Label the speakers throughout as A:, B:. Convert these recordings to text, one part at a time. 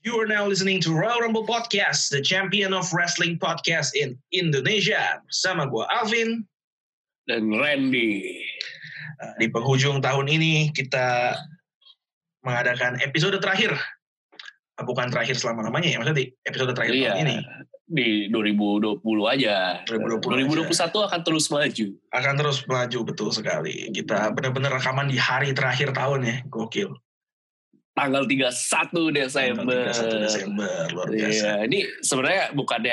A: You are now listening to Royal Rumble Podcast, the champion of wrestling podcast in Indonesia. Bersama gue Alvin
B: dan Randy.
A: Di penghujung tahun ini kita mengadakan episode terakhir. Bukan terakhir selama-lamanya ya, maksudnya di episode terakhir tahun ini.
B: Di 2020 aja. 2021 akan terus maju.
A: Akan terus maju, betul sekali. Kita benar-benar rekaman di hari terakhir tahun ya, gokil.
B: Tanggal 31 Desember.
A: Tanggal 31 Desember, luar biasa.
B: Iya, ini sebenarnya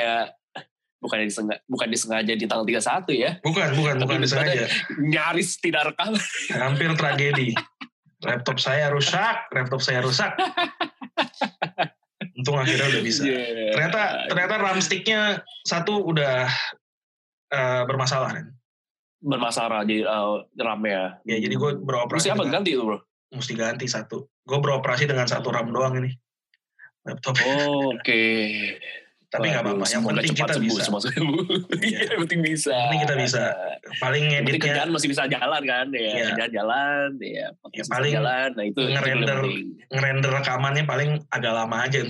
B: bukan disengaja di tanggal 31 ya.
A: Bukan disengaja.
B: Nyaris tidak rekam.
A: Hampir tragedi. Laptop saya rusak. Untung akhirnya udah bisa. Yeah. Ternyata RAM stick-nya satu udah bermasalah kan.
B: Bermasalah jadi RAM-nya.
A: Ya jadi gue beroperasi.
B: Mesti apa ganti itu bro?
A: Mesti ganti satu. Gue beroperasi dengan satu RAM doang ini. Laptop.
B: Oke.
A: Tapi nggak apa-apa. Yang penting kita bisa.
B: Iya, yang penting bisa.
A: Yang penting kita bisa. Paling ngeditnya.
B: Kerjaan masih bisa jalan kan? Ya, kerjaan jalan. Ya
A: paling
B: jalan. Nah itu
A: ngerender rekamannya paling agak lama aja.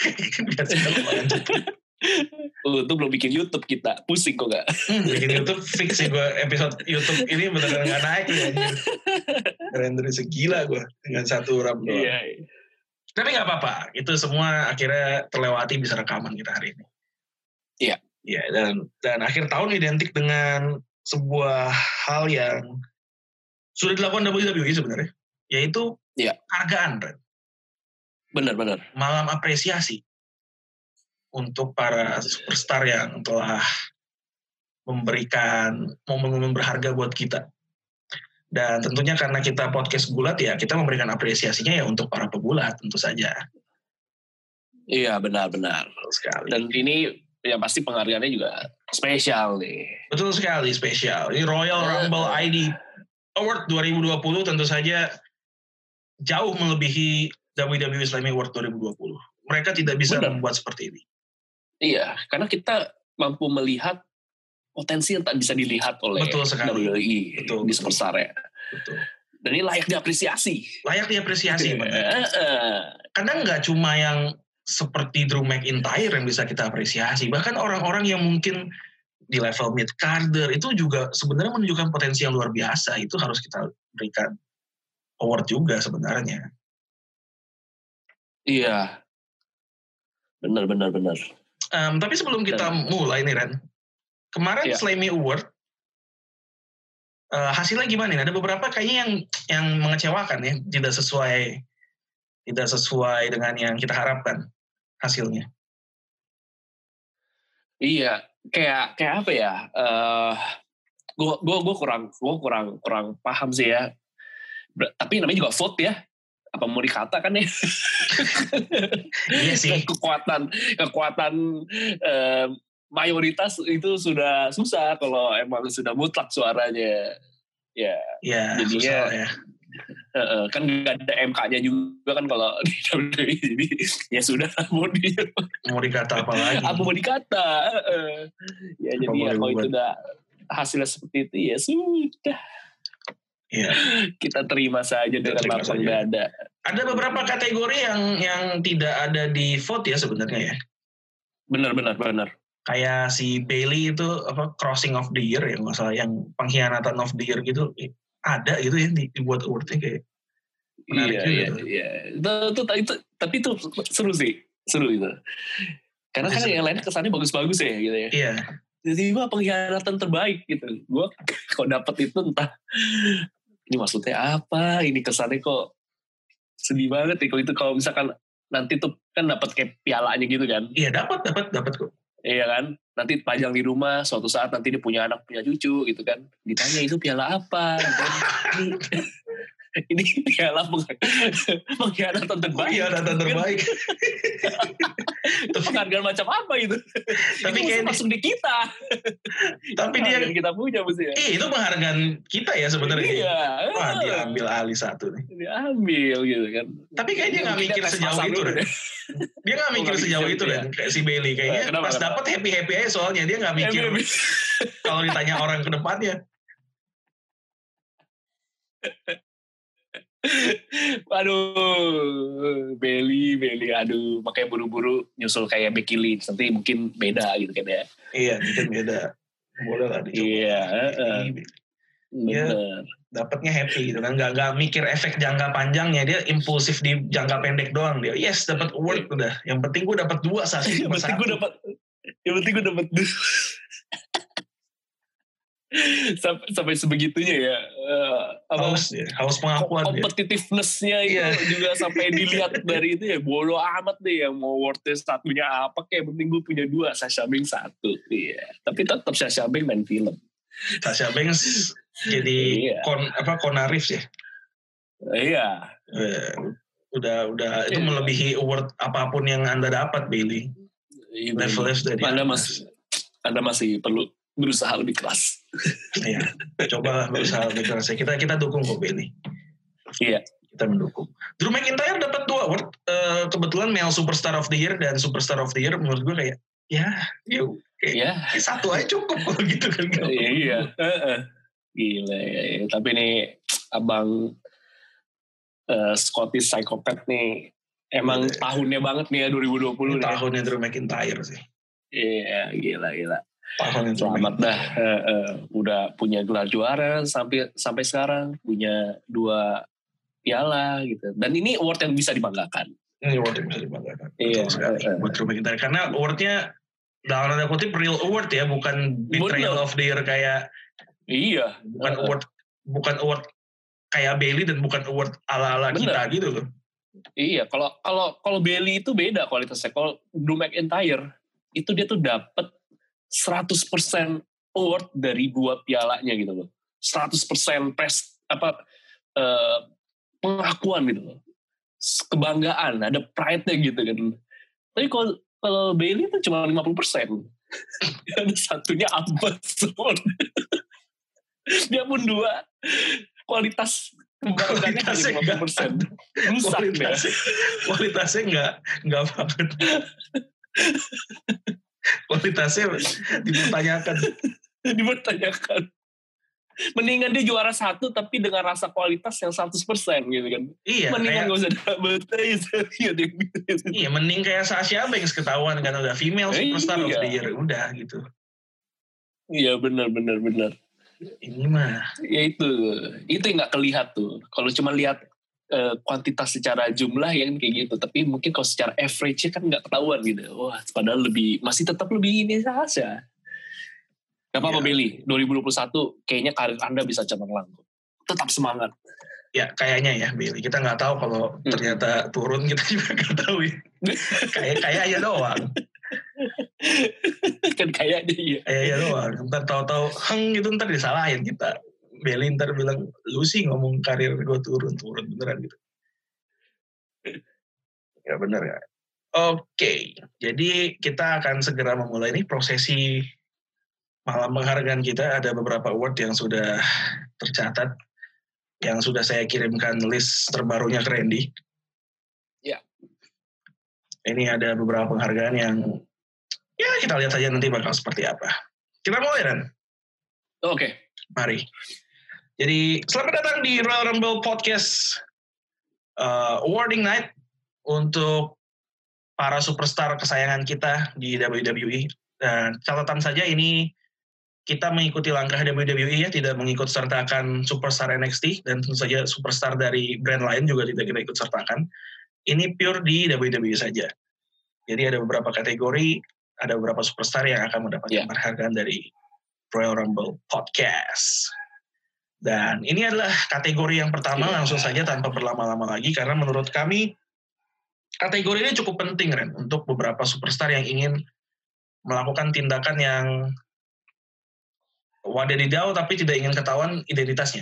B: Itu belum bikin YouTube kita. Pusing kok gak?
A: Bikin YouTube fix sih gue. Episode YouTube ini beneran gak naik ya. Rendernya segila gue. Dengan satu RAM doang. Iya. Tapi gak apa-apa. Itu semua akhirnya terlewati, bisa rekaman kita hari ini.
B: Iya.
A: Iya. Dan akhir tahun identik dengan sebuah hal yang sudah dilakukan WWE sebenarnya. Yaitu hargaan, Ren.
B: Benar.
A: Malam apresiasi. Untuk para superstar yang telah memberikan momen-momen berharga buat kita. Dan tentunya karena kita podcast gulat ya, kita memberikan apresiasinya ya untuk para pegulat tentu saja.
B: Iya benar.
A: Sekali.
B: Dan ini ya pasti penghargaannya juga spesial nih.
A: Betul sekali, spesial. Ini Royal Rumble ID Award 2020 tentu saja jauh melebihi WWE Slammy Award 2020. Mereka tidak bisa membuat seperti ini.
B: Iya, karena kita mampu melihat potensi yang tak bisa dilihat oleh WWE di superstar ya.
A: Betul.
B: Dan ini layak diapresiasi.
A: Benar. Karena nggak cuma yang seperti Drew McIntyre yang bisa kita apresiasi, bahkan orang-orang yang mungkin di level mid-carder itu juga sebenarnya menunjukkan potensi yang luar biasa. Itu harus kita berikan award juga sebenarnya.
B: Iya. Benar.
A: Tapi sebelum kita mulai nih Ren, kemarin Slammy Award hasilnya gimana nih? Ada beberapa kayaknya yang mengecewakan ya, tidak sesuai dengan yang kita harapkan hasilnya.
B: Iya, kayak apa ya? Gue kurang paham sih ya. Tapi namanya juga vote ya. Apa mau dikata kan ya?
A: Iya sih.
B: Kekuatan mayoritas itu sudah susah kalau emang sudah mutlak suaranya. Ya
A: jadinya susah ya.
B: Kan nggak ada MK-nya juga kan kalau di WWE, jadi ya sudah mau
A: dikata apa lagi?
B: Apa mau dikata? Ya apa jadi ya kalau itu udah hasilnya seperti itu ya sudah.
A: Ya.
B: Kita terima saja dengan lapang dada.
A: Ada beberapa kategori yang tidak ada di vote ya sebenarnya ya.
B: Benar.
A: Kayak si Bailey itu crossing of the year ya, masalah yang pengkhianatan of the year gitu ada gitu ya dibuat awardnya kayak menarik juga.
B: Iya. Itu tapi itu seru itu. Karena kan yang lainnya kesannya bagus-bagus ya gitu ya.
A: Iya.
B: Jadi pengkhianatan terbaik gitu. Gue kok dapet itu entah ini maksudnya apa, ini kesannya kok sedih banget ya kalau misalkan nanti tuh kan dapat kayak pialanya gitu kan. Iya
A: dapat kok.
B: Iya kan, nanti pajang di rumah, suatu saat nanti dia punya anak, punya cucu gitu kan. Ditanya itu piala apa? Ini piala pengkhianatan terbaik.
A: Pengkhianatan terbaik.
B: Itu penghargaan macam apa itu? Tapi itu kayak masuk di kita.
A: Tapi dia
B: kita punya mesti ya.
A: Itu penghargaan kita ya sebenarnya.
B: Iya.
A: Wah, diambil alih satu nih.
B: Diambil gitu kan.
A: Tapi kayaknya dia nggak mikir sejauh itu deh. Dia nggak mikir sejauh itu deh. Kayak si Bailey kayaknya pas dapat happy aja soalnya dia nggak mikir kalau ditanya orang ke depannya.
B: Aduh, Bailey, aduh, makanya buru-buru nyusul kayak Becky Lynch. Nanti mungkin beda gitu kan ya.
A: Iya, mungkin beda. Boleh lah dicoba.
B: Iya,
A: ya, dapatnya happy gitu kan, nggak mikir efek jangka panjangnya, dia impulsif di jangka pendek doang, dia yes dapat award udah, yang penting gue dapat 2 Sasuke cuma 1.
B: Yang penting gue dapat 2. sampai sebegitunya ya,
A: haus pengakuan,
B: competitiveness-nya itu juga sampai dilihat dari itu ya, bodo amat deh yang mau award-nya satunya apa, kayak penting gue punya 2, Sasha Banks 1. Iya. Tapi tetap Sasha Banks main film.
A: Sasha Banks jadi Konarif ya.
B: Iya.
A: Udah itu melebihi award apapun yang Anda dapat, Bailey. Levelnya sudah di atas.
B: Anda masih perlu berusaha lebih keras.
A: Iya, coba berusaha lebih keras. Kita dukung kok, Bailey.
B: Iya.
A: Kita mendukung. Drew McIntyre dapat 2 award. Kebetulan Male Superstar of the Year dan Superstar of the Year, menurut gue kayak kayak 1 aja cukup kalau gitu kan.
B: Iya. Gila ya. Tapi nih abang Scottish Psychopath nih emang tahunnya banget nih ya 2020 nih.
A: Tahunnya Drew McIntyre sih.
B: Iya, gila. Selamat dah, udah punya gelar juara sampai sekarang, punya 2 piala gitu. Dan ini award yang bisa dibanggakan.
A: Ini award yang bisa dibanggakan.
B: Iya.
A: Buat Drew McIntyre, karena awardnya dalam tanda kutip real award ya, bukan Betrayal of the Year kayak.
B: Iya.
A: Bukan award kayak Bailey dan bukan award ala-ala kita gitu loh.
B: Iya, kalau Bailey itu beda kualitasnya. Kalau Drew McIntyre itu dia tuh dapat 100% award dari 2 pialanya gitu loh. 100% pengakuan gitu loh. Kebanggaan, ada pride-nya gitu kan. Tapi kalau Bailey itu cuma 50%. Ada satunya Abbas award. Dia pun 2 kualitas kebanggaannya 50%. Rusak ya.
A: Kualitasnya enggak banget. Kualitasnya dipertanyakan. Mendingan dia juara 1 tapi dengan rasa kualitas yang 100% gitu kan. Iya.
B: Mendingan gak usah dapat.
A: Iya, mending kayak Sasha Banks ketahuan kan udah female superstar of the year udah gitu.
B: Iya benar.
A: Ini mah.
B: Ya itu yang nggak kelihat tuh. Kalau cuma lihat kuantitas secara jumlah yang kayak gitu, tapi mungkin kalau secara average-nya kan nggak ketahuan gitu. Wah, padahal masih tetap lebih ini saja. Gak apa-apa Bailey, 2021 kayaknya karir Anda bisa cemerlang. Tetap semangat.
A: Ya kayaknya ya Bailey, kita nggak tahu kalau ternyata turun, kita juga nggak tahu ya. Kayaknya doang.
B: Kan kayaknya iya.
A: Kayaknya doang. Ntar tahu-tahu gitu ntar disalahin kita. Bailey ntar bilang, lu sih ngomong karir gue turun beneran gitu. Ya bener ya. Oke, jadi kita akan segera memulai nih prosesi malam penghargaan kita. Ada beberapa award yang sudah tercatat, yang sudah saya kirimkan list terbarunya ke Randy.
B: Ya.
A: Ini ada beberapa penghargaan yang ya kita lihat saja nanti bakal seperti apa. Kita mulai, Ren.
B: Oke.
A: Mari. Jadi selamat datang di Royal Rumble Podcast Awarding Night untuk para superstar kesayangan kita di WWE. Dan catatan saja ini kita mengikuti langkah WWE ya, tidak mengikut sertakan superstar NXT dan tentu saja superstar dari brand lain juga tidak kita ikut sertakan. Ini pure di WWE saja. Jadi ada beberapa kategori, ada beberapa superstar yang akan mendapatkan penghargaan dari Royal Rumble Podcast. Dan ini adalah kategori yang pertama, langsung saja tanpa berlama-lama lagi, karena menurut kami kategori ini cukup penting, Ren, untuk beberapa superstar yang ingin melakukan tindakan yang wadididau tapi tidak ingin ketahuan identitasnya.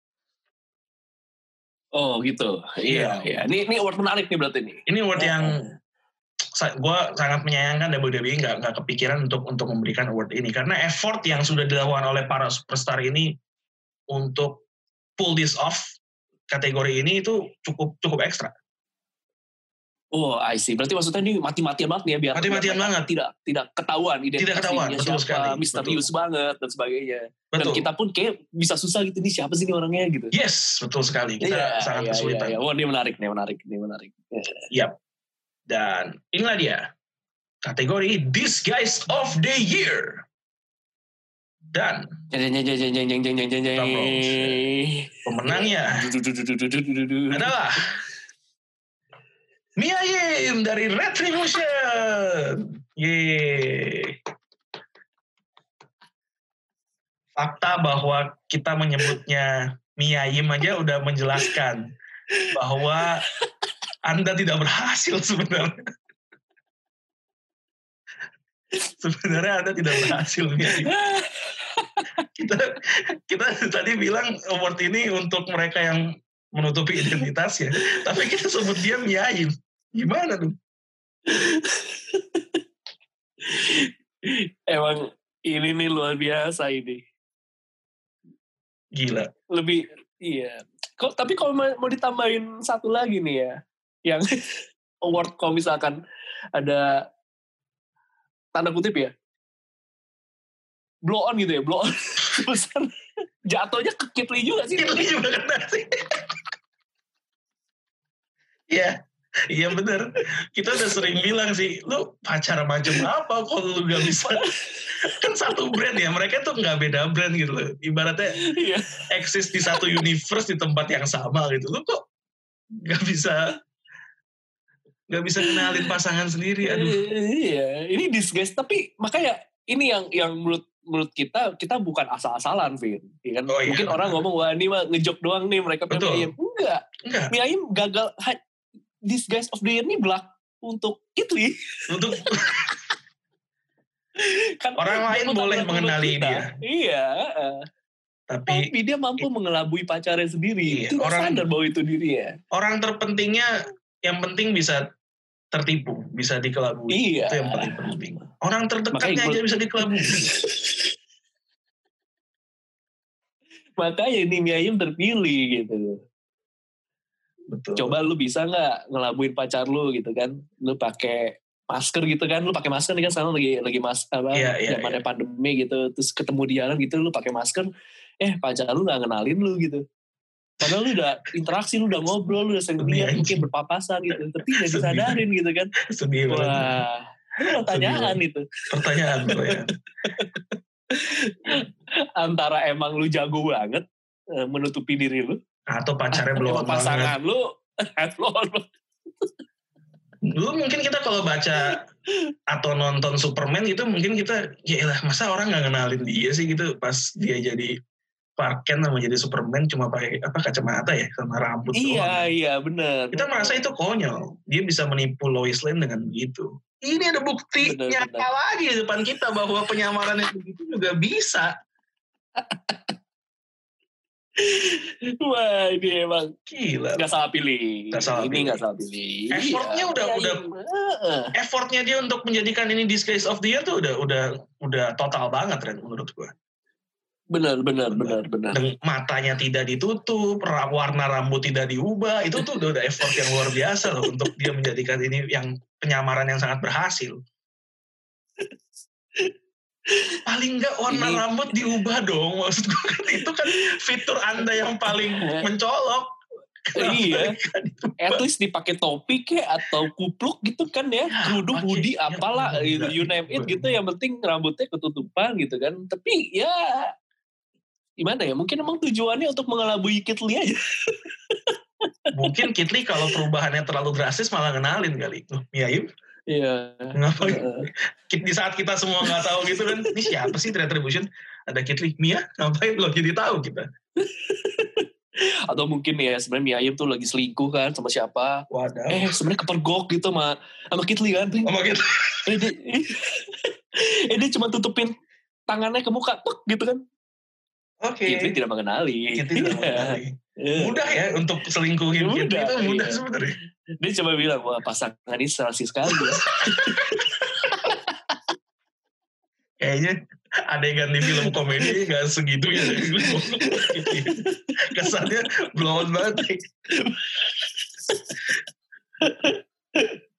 B: Oh gitu, iya. Ini award menarik nih berarti nih.
A: Ini award yang gue sangat menyayangkan WWE nggak kepikiran untuk memberikan award ini, karena effort yang sudah dilakukan oleh para superstar ini untuk pull this off kategori ini itu cukup ekstra.
B: Oh, I see. Berarti maksudnya ini mati-matian banget nih ya, biar
A: Mati-matian banget.
B: Tidak ketahuan identitasnya
A: betul
B: siapa,
A: sekali.
B: misterius banget dan sebagainya.
A: Betul.
B: Dan kita pun kayak bisa susah gitu, nih siapa sih ini orangnya gitu.
A: Yes, betul sekali. Kita sangat kesulitan.
B: Wah, ini menarik.
A: Yap. Dan inilah dia kategori Disguise of the Year. Dan pemenangnya adalah Mia Yim dari Retribution. Yeay. Fakta bahwa kita menyebutnya Mia Yim aja udah menjelaskan bahwa Anda tidak berhasil sebenarnya. Sebenarnya Anda tidak berhasil. Mia Yim. Kita tadi bilang award ini untuk mereka yang menutupi identitasnya, tapi kita sebut dia Mia Yim. Gimana tuh?
B: Emang ini nih luar biasa ini.
A: Gila.
B: Lebih, iya. Tapi kalau mau ditambahin satu lagi nih ya, yang award kalau misalkan ada tanda kutip ya, blow on gitu ya, blow on. Jatuhnya ke Kit Lee juga sih.
A: Kit Lee juga kena sih. Iya bener. Kita udah sering bilang sih, lu pacar macam apa kalau lu gak bisa. Kan satu brand ya, mereka tuh gak beda brand gitu loh. Ibaratnya eksis di satu universe di tempat yang sama gitu. Lu kok gak bisa kenalin pasangan sendiri. Aduh.
B: Iya, ini disguise. Tapi makanya ini yang menurut kita bukan asal-asalan, Vin. Ya kan? Mungkin orang ngomong, wah ini mah ngejok doang nih mereka.
A: Betul.
B: Enggak. Mia Yim gagal. Disguise of the Year ini belak untuk Kit Lee. Untuk
A: kan orang lain boleh mengenali dia.
B: Iya. Tapi dia mampu mengelabui pacarnya sendiri. Iya, tidak sadar bahwa itu dirinya.
A: Orang terpentingnya yang penting bisa tertipu, bisa dikelabui.
B: Iya.
A: Itu yang paling penting. Orang terdekatnya aja bisa dikelabui.
B: Makanya ini Mia Yim terpilih gitu.
A: Betul.
B: Coba lu bisa nggak ngelabuin pacar lu gitu kan? Lu pakai masker gitu kan? Lu pakai masker nih kan sekarang lagi zamannya pandemi gitu. Terus ketemu di jalan gitu lu pakai masker, pacar lu nggak ngenalin lu gitu. Padahal lu udah interaksi, lu udah ngobrol, lu udah sering lihat, mungkin berpapasan gitu. Tapi nggak disadarin gitu kan?
A: Sedih.
B: Wah, itu pertanyaan itu.
A: Pertanyaan tuh ya.
B: Antara emang lu jago banget menutupi diri lu,
A: atau pacarnya belum
B: pasangan lu
A: mungkin kita kalau baca atau nonton Superman gitu mungkin kita yaelah masa orang nggak kenalin dia sih gitu pas dia jadi Clark Kent sama jadi Superman cuma pakai kacamata ya sama rambut doang.
B: Iya benar.
A: Kita merasa itu konyol. Dia bisa menipu Lois Lane dengan begitu. Ini ada bukti nyata lagi di depan kita bahwa penyamaran yang begitu juga bisa.
B: Wah ini emang
A: gila.
B: Gak salah pilih. Gak salah pilih.
A: Effortnya udah effortnya dia untuk menjadikan ini Disguise of the Year tuh udah total banget Ren menurut gua.
B: Benar.
A: Dan matanya tidak ditutup, warna rambut tidak diubah, itu tuh udah effort yang luar biasa loh untuk dia menjadikan ini yang penyamaran yang sangat berhasil. Paling enggak warna rambut diubah dong, maksud gue kan itu kan fitur Anda yang paling mencolok.
B: Iya, at least dipakai topi kayak atau kupluk gitu kan ya, kerudung, hoodie, apalah, you name it gitu, yang penting rambutnya ketutupan gitu kan. Tapi ya gimana ya, mungkin emang tujuannya untuk mengelabui Kit Lee aja.
A: Mungkin Kit Lee kalau perubahannya terlalu drastis malah ngenalin kali. Mia Yim?
B: Iya.
A: Ngapain? Di saat kita semua nggak tahu gitu kan, ini siapa sih Retribution? Ada Kit Lee, Mia? Ngapain lo jadi tahu kita?
B: Atau mungkin ya sebenarnya Mia Yim tuh lagi selingkuh kan sama siapa?
A: Waduh.
B: Sebenarnya kepergok gitu sama Kit Lee kan?
A: Sama Kit Lee.
B: Dia cuma tutupin tangannya ke muka, gitu kan?
A: Oke.
B: Kit Lee tidak mengenali.
A: Mudah ya untuk selingkuhin Kit Lee itu mudah sebenarnya.
B: Dia coba bilang, wah pasangan ini serasi sekali ya.
A: Kayaknya adegan di film komedi gak segitunya. Kesannya blown banget.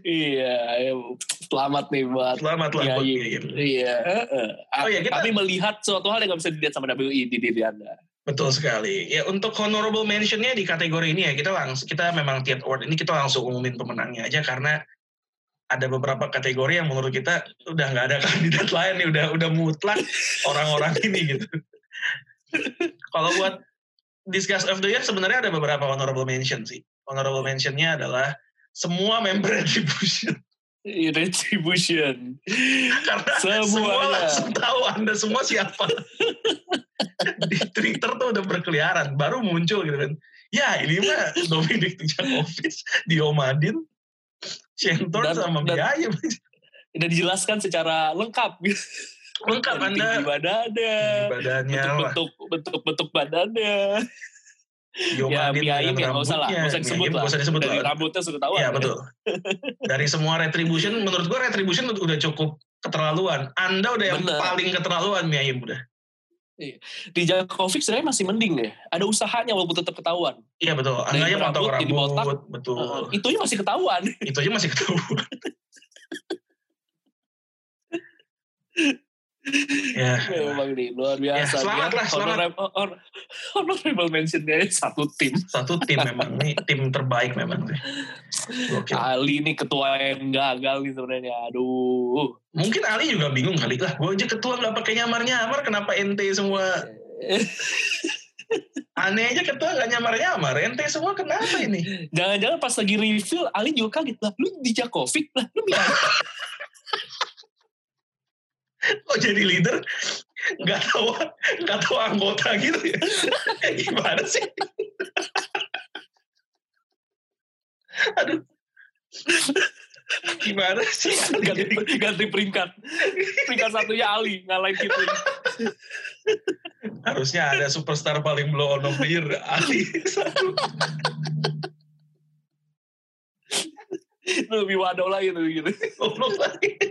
B: Iya, selamat nih buat
A: Selamat lah buat Miayim.
B: Iya.
A: Oh ya,
B: kami melihat suatu hal yang gak bisa dilihat sama WI di diri Anda.
A: Betul sekali. Ya untuk honorable mention-nya di kategori ini ya kita memang tiap award ini kita langsung umumin pemenangnya aja karena ada beberapa kategori yang menurut kita udah nggak ada kandidat lain nih, udah mutlak orang-orang ini gitu. Kalau buat Discuss of the Year sebenarnya ada beberapa honorable mention sih. Honorable mention-nya adalah semua member Retribution.
B: Retribution.
A: Karena semua langsung tahu Anda semua siapa. Di Twitter tuh udah berkeliaran, baru muncul gitu kan. Ya ini mah Dominik Dijakovic, Diomadin, Shenton sama Miayim.
B: Dan dijelaskan secara lengkap.
A: Lengkap Anda.
B: Badannya. Bentuk badannya. Ya Miayim ya nggak usah lah, nggak usah disebut lah. Dari rambutnya sudah tahu.
A: Iya betul. Dari semua Retribution, menurut gue Retribution udah cukup keterlaluan. Anda udah yang paling keterlaluan Miayim udah.
B: Dijakovic sebenarnya masih mending deh. Ada usahanya walaupun tetap ketahuan.
A: Iya betul. Angkanya motong rambut. Betul.
B: Itunya masih ketahuan.
A: Ya.
B: Memang nih luar biasa.
A: Ya, selamat.
B: Honorable mention-nya satu tim
A: memang nih tim terbaik memang sih.
B: Ali nih ketua yang gagal nih sebenarnya. Aduh.
A: Mungkin Ali juga bingung kali lah. Gue aja ketua nggak pakai nyamar kenapa ente semua? Aneh aja ketua nggak nyamar ente semua kenapa ini?
B: Jangan-jangan pas lagi reveal Ali juga kaget lah. Lu Dijakovic lah. Lu bilang.
A: Oh jadi leader nggak tahu anggota gitu ya? Gimana sih? Aduh, gimana sih?
B: Ganti peringkat satunya Ali ngalahin kita.
A: Harusnya ada superstar paling blow on of the year Ali satu.
B: Lebih waduh lagi tuh gitu.
A: Goblok lagi.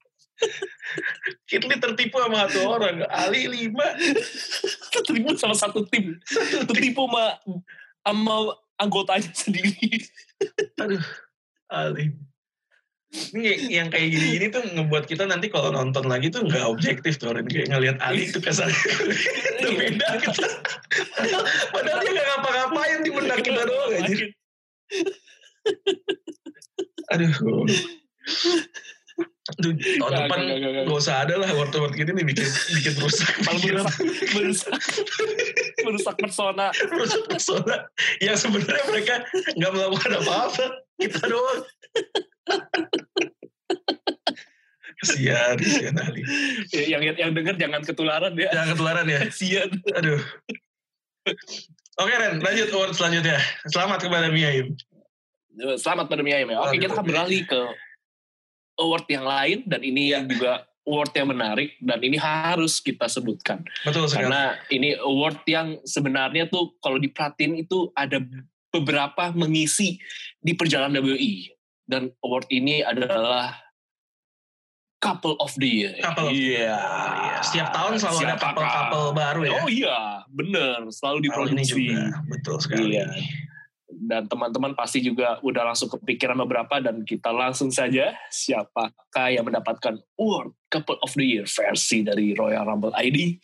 A: Kitli tertipu sama satu orang, Ali 5.
B: Tertipu sama satu tim. Tertipu sama anggotanya sendiri.
A: Aduh, Ali. Ini yang kayak gini-gini tuh ngebuat kita nanti kalau nonton lagi tuh nggak objektif tuh orang kayak ngelihat Ali tuh kesannya itu beda kita. Padahal dia nggak ngapa-ngapain di benak kita doang aja. Aduh. Tahun depan gak usah ada lah award gini nih bikin rusak
B: merusak persona
A: yang sebenarnya mereka nggak melakukan apa-apa, kita doang. Kesian Ali.
B: Yang denger jangan ketularan ya. Kesian.
A: Aduh. Oke Ren, lanjut award selanjutnya. Selamat kepada Miayim ya. Oke, kita akan beralih ke award yang lain, dan ini juga award yang menarik dan ini harus kita sebutkan. Betul sekali.
B: Karena ini award yang sebenarnya tuh kalau diperhatiin itu ada beberapa mengisi di perjalanan WI, dan award ini adalah Couple of the Year.
A: Iya. Setiap tahun selalu ada couple baru ya.
B: Oh iya, bener. Selalu diproduksi.
A: Betul sekali. Iya.
B: Dan teman-teman pasti juga udah langsung kepikiran beberapa, dan kita langsung saja siapakah yang mendapatkan award Couple of the Year versi dari Royal Rumble ID.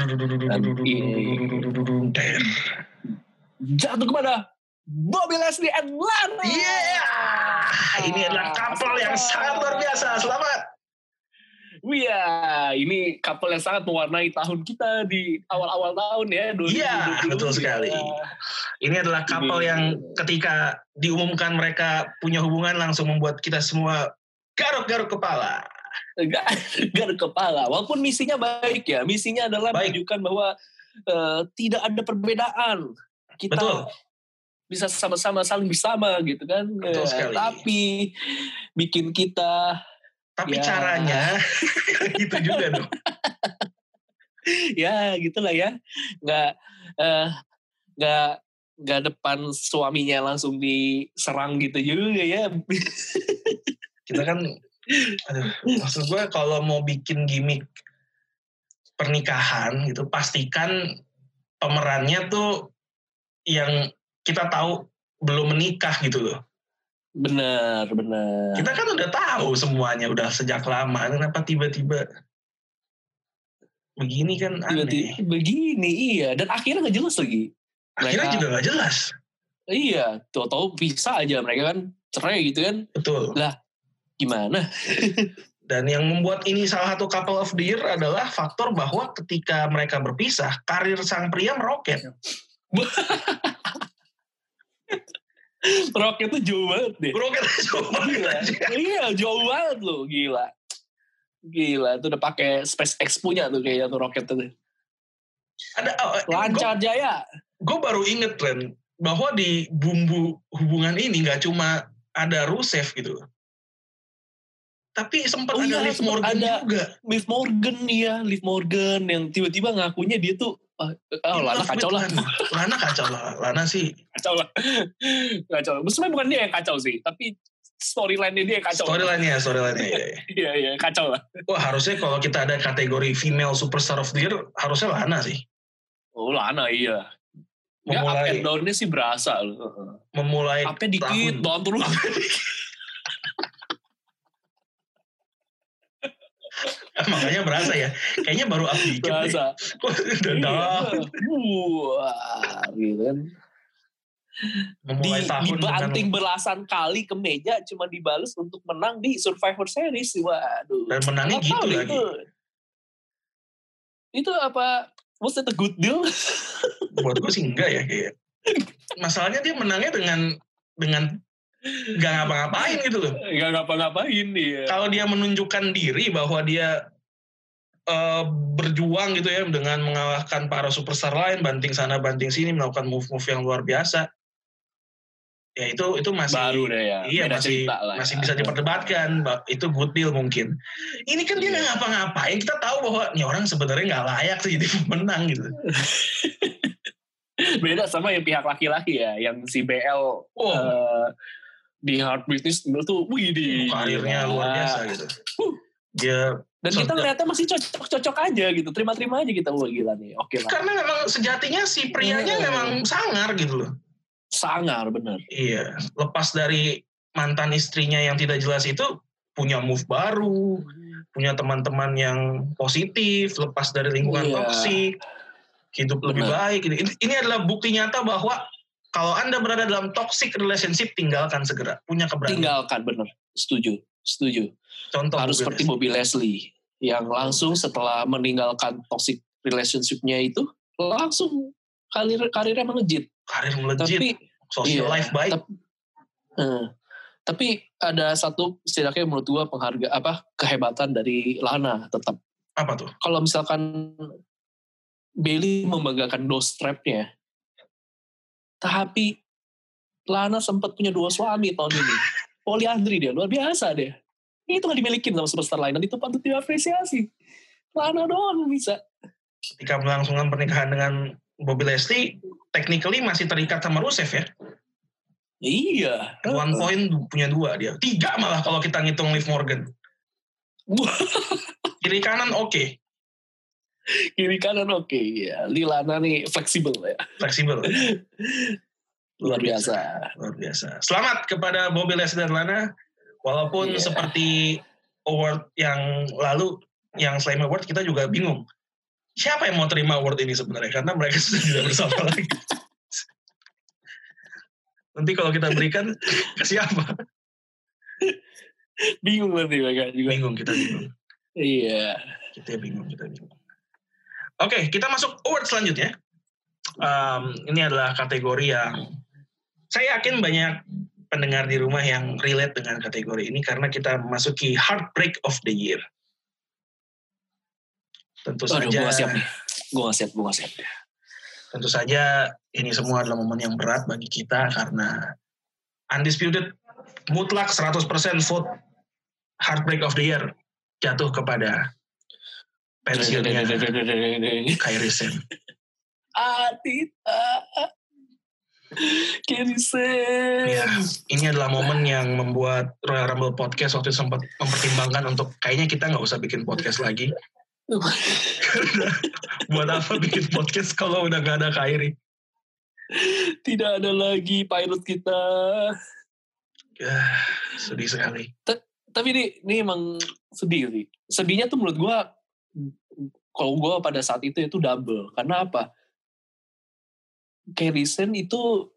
B: Jatuh kepada Bobby Lashley and Lana.
A: Ini adalah couple yang sangat luar biasa. Selamat.
B: Iya, ini couple yang sangat mewarnai tahun kita di awal-awal tahun ya.
A: Iya, betul sekali. Ini adalah couple yang ketika diumumkan mereka punya hubungan langsung membuat kita semua garuk-garuk kepala.
B: Garuk kepala. Walaupun misinya baik ya. Misinya adalah menunjukkan bahwa tidak ada perbedaan. Kita bisa sama-sama saling bersama gitu kan.
A: Betul sekali.
B: Tapi bikin kita...
A: Tapi caranya gitu juga dong.
B: Ya gitulah ya. Nggak depan suaminya langsung diserang gitu juga ya.
A: Kita kan, maksud gue kalau mau bikin gimmick pernikahan gitu, pastikan pemerannya tuh yang kita tahu belum menikah gitu loh.
B: Benar.
A: Kita kan udah tahu semuanya, udah sejak lama. Kenapa tiba-tiba begini kan aneh.
B: Tiba-tiba begini, iya. Dan akhirnya nggak jelas lagi.
A: Akhirnya juga nggak jelas.
B: Iya, tahu-tahu bisa aja mereka kan cerai gitu kan.
A: Betul.
B: Lah, gimana?
A: Dan yang membuat ini salah satu couple of the year adalah faktor bahwa ketika mereka berpisah, karir sang pria meroket.
B: Rocket tuh jauh banget deh.
A: Roketnya jauh banget.
B: Iya, jauh banget loh, gila. Gila, itu udah pakai SpaceX punya tuh kayaknya tuh roket tuh.
A: Ada
B: Lancar Jaya.
A: Gue baru inget Ren, bahwa di bumbu hubungan ini nggak cuma ada Rusev gitu, tapi sempat ada Liv Morgan juga.
B: Liv Morgan yang tiba-tiba ngakunya dia tuh Lana kacau lah.
A: Lana sih
B: kacau lah. Sebenarnya bukan dia yang kacau sih, tapi storyline-nya dia yang kacau.
A: Storyline-nya.
B: Iya, kacau lah.
A: Wah, harusnya kalau kita ada kategori female superstar of the year, harusnya Lana sih.
B: Oh, Lana iya. Ya, up and down-nya sih berasa loh.
A: Memulai
B: up-nya dikit, down terus.
A: Makanya berasa ya. Kayaknya baru up dikit
B: berasa.
A: Wah,
B: gitu kan.
A: Memulai tahun
B: dibanting belasan kali ke meja cuma dibales untuk menang di Survivor Series. Waduh.
A: Dan menangnya gitu lagi.
B: Itu apa? Was it a good deal?
A: Buat gue sih enggak ya kayak. Masalahnya dia menangnya dengan gak ngapa-ngapain gitu loh.
B: Gak ngapa-ngapain dia.
A: Kalau dia menunjukkan diri bahwa dia berjuang gitu ya dengan mengalahkan para superstar lain, banting sana banting sini, melakukan move-move yang luar biasa, ya itu masih
B: baru deh ya.
A: Iya, masih bisa diperdebatkan. Itu good deal mungkin. Ini kan dia nggak ngapa-ngapain. Kita tahu bahwa nih orang sebenarnya nggak layak sih jadi pemenang gitu.
B: Beda sama yang pihak laki-laki ya, yang si BL di Hard British tuh,
A: karirnya luar biasa gitu. Dia
B: dan kita ngeliatnya masih cocok aja gitu, terima-terima aja kita, gila nih, oke lah.
A: Karena memang sejatinya si prianya memang sangar gitu loh.
B: Sangar, bener.
A: Iya, lepas dari mantan istrinya yang tidak jelas itu, punya move baru, punya teman-teman yang positif, lepas dari lingkungan toksik, hidup lebih baik. Ini adalah bukti nyata bahwa kalau Anda berada dalam toxic relationship, tinggalkan segera. Punya keberanian.
B: Tinggalkan, bener. Setuju.
A: Contoh
B: harus seperti Bobby Leslie yang langsung setelah meninggalkan toxic relationship-nya itu langsung karirnya melejit. Tapi
A: social life baik.
B: Tapi ada satu setidaknya menurut gua kehebatan dari Lana tetap.
A: Apa tuh?
B: Kalau misalkan Bayley membanggakan dose strap-nya, tapi Lana sempat punya 2 suami tahun ini. Poliandri dia, luar biasa dia. Itu gak dimilikin sama superstar lain, dan itu patut diapresiasi. Lana doang bisa.
A: Ketika melangsungkan pernikahan dengan Bobby Leslie, technically masih terikat sama Rusev ya?
B: Iya.
A: 1 point punya 2 dia. 3 malah kalau kita ngitung Liv Morgan. Kiri kanan oke.
B: Kiri kanan oke. Ya. Lana nih fleksibel ya.
A: Fleksibel.
B: Luar biasa.
A: Selamat kepada Bobby Leslie dan Lana. Walaupun seperti award yang lalu, yang Slam Award, kita juga bingung. Siapa yang mau terima award ini sebenarnya? Karena mereka sudah tidak bersama lagi. Nanti kalau kita berikan, ke siapa?
B: Bingung nanti mereka juga.
A: Kita bingung.
B: Iya.
A: Kita bingung. Oke, kita masuk award selanjutnya. Ini adalah kategori yang saya yakin banyak pendengar di rumah yang relate dengan kategori ini karena kita memasuki Heartbreak of the Year. Tentu saja.
B: Gue gak siap.
A: Tentu saja ini semua adalah momen yang berat bagi kita karena undisputed, mutlak 100% vote Heartbreak of the Year jatuh kepada pensiunnya Kairi Sane. Ya, ini adalah momen yang membuat Royal Rumble Podcast waktu itu sempat mempertimbangkan untuk kayaknya kita nggak usah bikin podcast lagi. Karena buat apa bikin podcast kalau udah nggak ada Kairi?
B: Tidak ada lagi pilot kita.
A: Sedih sekali.
B: Tapi ini emang sedih sih. Sedihnya tuh menurut gue, kalau gue pada saat itu double. Karena apa? Harrison itu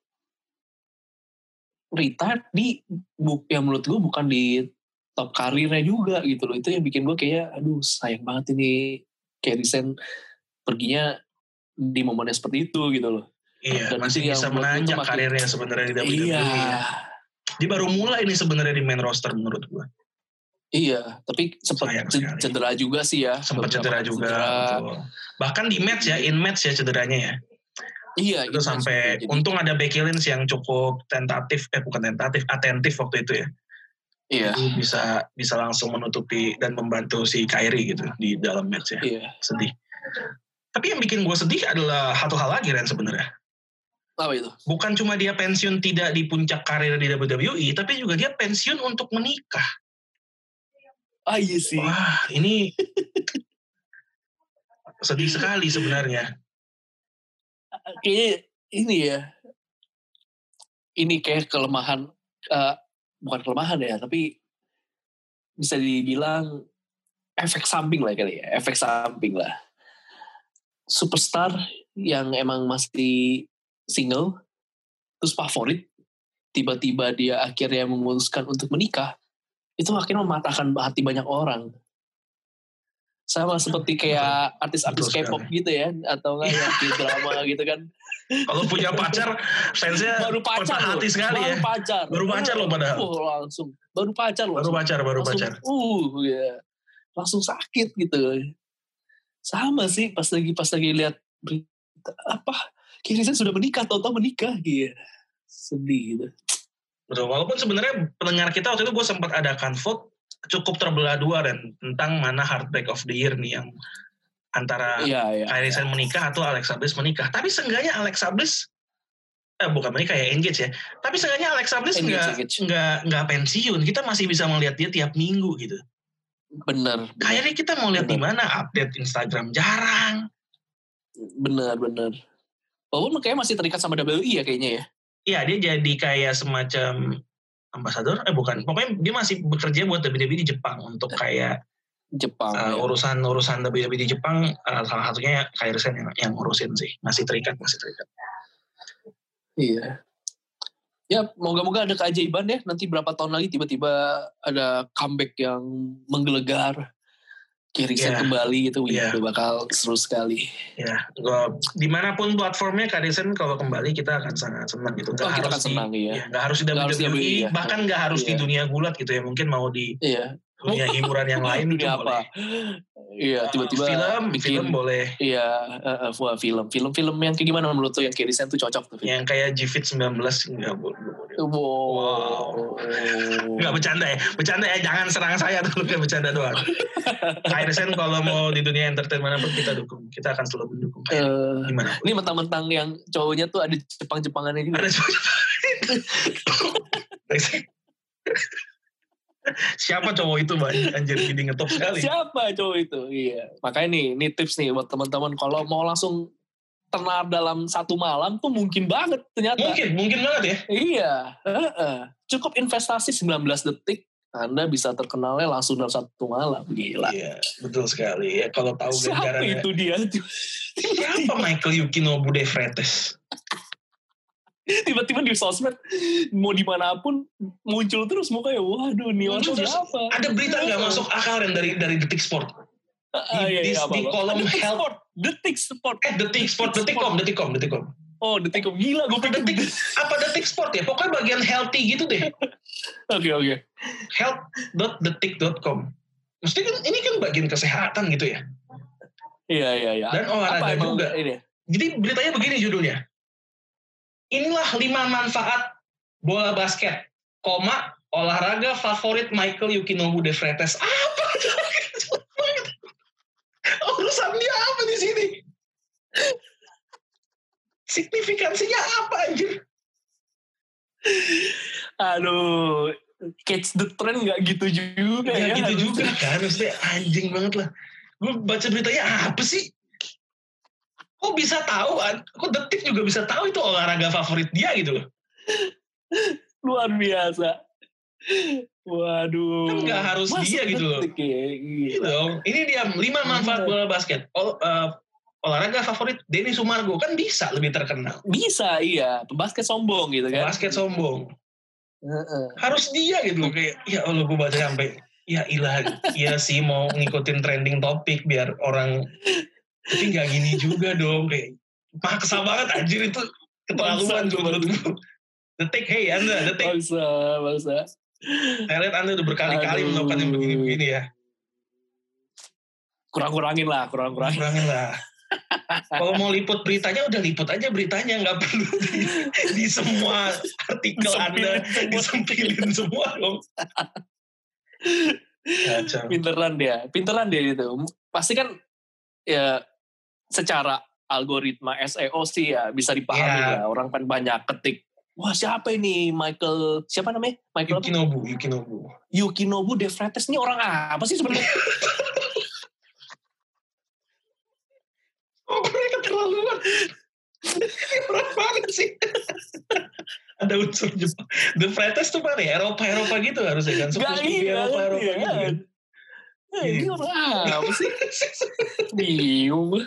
B: retired yang menurut gue bukan di top karirnya juga gitu loh. Itu yang bikin gue kayak, aduh sayang banget ini Harrison perginya di momennya seperti itu gitu loh.
A: Iya,
B: dan
A: masih bisa menanjak karirnya sebenarnya di WWE.
B: Iya.
A: Dia baru mulai nih sebenarnya di main roster menurut gue.
B: Iya, tapi sempat cedera juga sih ya.
A: Sempat cedera juga. Betul. Bahkan di match ya, in match ya cederanya ya.
B: Iya,
A: itu sampai untung ada Becky Lynch yang cukup atentif waktu itu ya.
B: Iya.
A: Jadi bisa langsung menutupi dan membantu si Kairi gitu di dalam match ya.
B: Iya.
A: Sedih. Tapi yang bikin gue sedih adalah satu hal lagi Ren sebenarnya.
B: Apa itu?
A: Bukan cuma dia pensiun tidak di puncak karir di WWE, tapi juga dia pensiun untuk menikah.
B: Iya sih.
A: Wah, ini sedih sekali sebenarnya.
B: Kayaknya ini ya. Ini kayak kelemahan, bukan kelemahan ya, tapi bisa dibilang efek samping lah kali ya. Efek samping lah. Superstar yang emang masih single, terus favorit, tiba-tiba dia akhirnya memutuskan untuk menikah, itu akhirnya mematahkan hati banyak orang. Sama seperti kayak artis-artis K-pop gitu ya, atau enggak yang drama gitu kan.
A: Kalau punya pacar, fansnya
B: baru pacar
A: hati sekali ya. Baru pacar loh padahal.
B: Langsung. Baru pacar.
A: Ya.
B: Langsung sakit gitu. Sama sih pas lagi lihat berita Harrison sudah menikah, tahu-tahu menikah gitu. Sedih gitu.
A: Betul, walaupun sebenarnya pendengar kita waktu itu gue sempat adakan vote cukup terbelah dua dan tentang mana Heartbreak of the Year nih yang antara Harrison menikah atau Alexa Bliss menikah. Tapi seenggaknya Alexa Bliss bukan menikah ya, engage ya. Tapi seenggaknya Alexa Bliss nggak pensiun. Kita masih bisa melihat dia tiap minggu gitu.
B: Bener.
A: Kayaknya kita mau lihat di mana update Instagram jarang.
B: Bener. Walaupun kayaknya masih terikat sama WWE ya kayaknya ya.
A: Iya, dia jadi kayak semacam ambasador, bukan. Pokoknya dia masih bekerja buat WWE di Jepang untuk kayak urusan WWE di Jepang, salah satunya Harrison yang ngurusin sih. Masih terikat.
B: Iya. Ya, moga-moga ada keajaiban ya. Nanti berapa tahun lagi tiba-tiba ada comeback yang menggelegar. Harrison kembali itu bakal seru sekali.
A: Ya, dimanapun platformnya Harrison kalau kembali kita akan sangat senang gitu.
B: Kita akan senang ya.
A: Nggak harus di WWE, bahkan nggak harus di dunia gulat gitu ya. Mungkin mau di dunia hiburan yang lain
B: dunia apa? Boleh. Iya, tiba-tiba
A: film boleh.
B: Iya, film yang kayak gimana menurut tuh yang Harrison tuh cocok tuh?
A: Yang kayak G-Fit 19 nggak boleh. Wow. Nggak bercanda ya, jangan serang saya tuh, kayak bercanda doang. Harrison kalau mau di dunia entertainment pun kita dukung, kita akan selalu mendukung. Gimana?
B: Ini mentang-mentang yang cowoknya tuh ada Jepang-Jepangannya juga.
A: Ada Siapa cowok itu Mbak? Anjir gini ngetop sekali.
B: Siapa cowok itu? Iya. Makanya nih tips nih buat teman-teman kalau mau langsung tenar dalam satu malam tuh mungkin banget ternyata.
A: Mungkin banget ya.
B: Iya. Cukup investasi 19 detik Anda bisa terkenalnya langsung dalam satu malam. Gila.
A: Iya, betul sekali. Ya kalau tahu
B: siapa itu dia?
A: Siapa Michael Yukinobu De Freitas?
B: Tiba-tiba di sosmed mau dimanapun muncul terus mukanya, waduh nih orang siapa?
A: Ada berita nggak masuk akal dari Detik Sport di kolom health
B: Detik Sport
A: Detikcom.
B: Oh, Detikcom, gila gue pikir
A: Detik Sport ya, pokoknya bagian healthy gitu deh.
B: Oke.
A: health.detik.com. Mesti kan ini kan bagian kesehatan gitu ya.
B: Iya.
A: Dan olahraga juga. Ini? Jadi beritanya begini judulnya. Inilah 5 manfaat bola basket, olahraga favorit Michael Yukinobu De Freitas. Apa? Urusannya apa di sini? Signifikansinya apa anjir?
B: Aduh, catch the trend gak gitu juga ya.
A: Gitu juga kan, maksudnya anjing banget lah. Gue baca beritanya apa sih? Kok bisa tahu? Kok Detik juga bisa tahu itu olahraga favorit dia gitu loh?
B: Luar biasa. Waduh.
A: Kan nggak harus dia gitu loh. Gitu dong. Ini dia 5 manfaat bola basket. Olahraga favorit Denny Sumargo, kan bisa lebih terkenal.
B: Bisa, iya. Pembasket sombong gitu kan.
A: Pembasket sombong. Harus dia gitu loh. Kayak, ya Allah gue baca sampai, ya ilah, iya sih mau ngikutin trending topik biar orang, tapi gak gini juga dong. Kayak, maksa banget anjir itu. Keterlaluan menurut gue. Detik, hey Anda, detik.
B: Bangsa.
A: Saya lihat Anda udah berkali-kali melakukan yang begini-begini ya.
B: Kurang-kurangin lah.
A: Kalau mau liput beritanya, udah liput aja beritanya. Nggak perlu di semua artikel Anda disempilin semua dong.
B: Pinteran dia itu. Pasti kan ya secara algoritma SEO sih ya bisa dipahami ya. Orang kan banyak ketik, wah siapa ini siapa namanya? Yukinobu De Freitas ini orang apa sih sebenarnya?
A: Oh mereka terlaluan. Orang banget sih. Ada unsur Jepang. De Freitas tuh mana ya? Eropa gitu harusnya kan.
B: Seperti Eropa gitu kan. Ini orang apa sih? Bingung.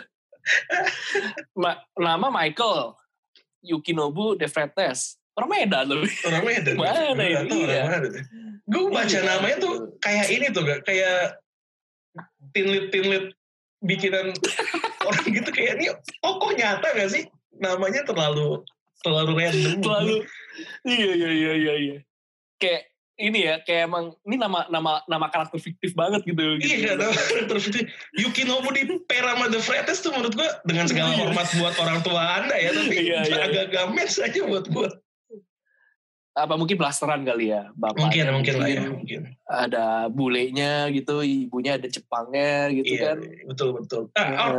B: Nama Michael Yukinobu De Freitas. Orang Medan loh.
A: Orang Medan.
B: Mana ini?
A: Gue baca namanya tuh kayak ini tuh gak? Kayak tinlit bikinan orang gitu, kayak ini tokoh nyata gak sih? Namanya terlalu random.
B: Iya. Kayak ini ya, kayak emang ini nama karakter fiktif banget gitu.
A: Iya, nama karakter fiktif. Yukinobu di Perama De Freitas tuh menurut gue, dengan segala hormat buat orang tua Anda ya, tapi agak match aja buat gue.
B: Apa mungkin blasteran kali ya, bapaknya
A: mungkin lah ya, mungkin.
B: Ada bulenya gitu, ibunya ada Jepangnya gitu kan.
A: Betul.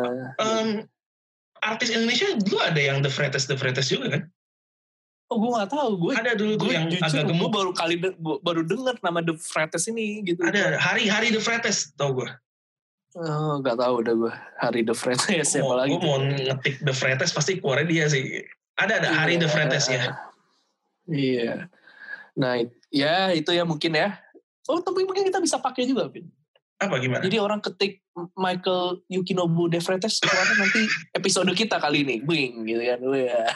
A: Artis Indonesia dulu ada yang De Freitas juga kan?
B: Oh, gue nggak tahu. Gue
A: ada dulu tuh yang agak gemuk.
B: Gue baru dengar nama De Freitas ini gitu.
A: Ada Hari De Freitas, tau gue.
B: Oh, nggak tahu udah gue. Hari De Freitas siapa lagi?
A: Gue mau ngetik De Freitas pasti keluarnya dia sih. Ada Hari De Freitas ya.
B: Iya. Nah, ya itu ya mungkin ya. Oh, tapi mungkin kita bisa pakai juga, Vin.
A: Apa gimana?
B: Jadi orang ketik Michael Yukinobu De Freitas keluarnya nanti episode kita kali ini. Bing gitu kan.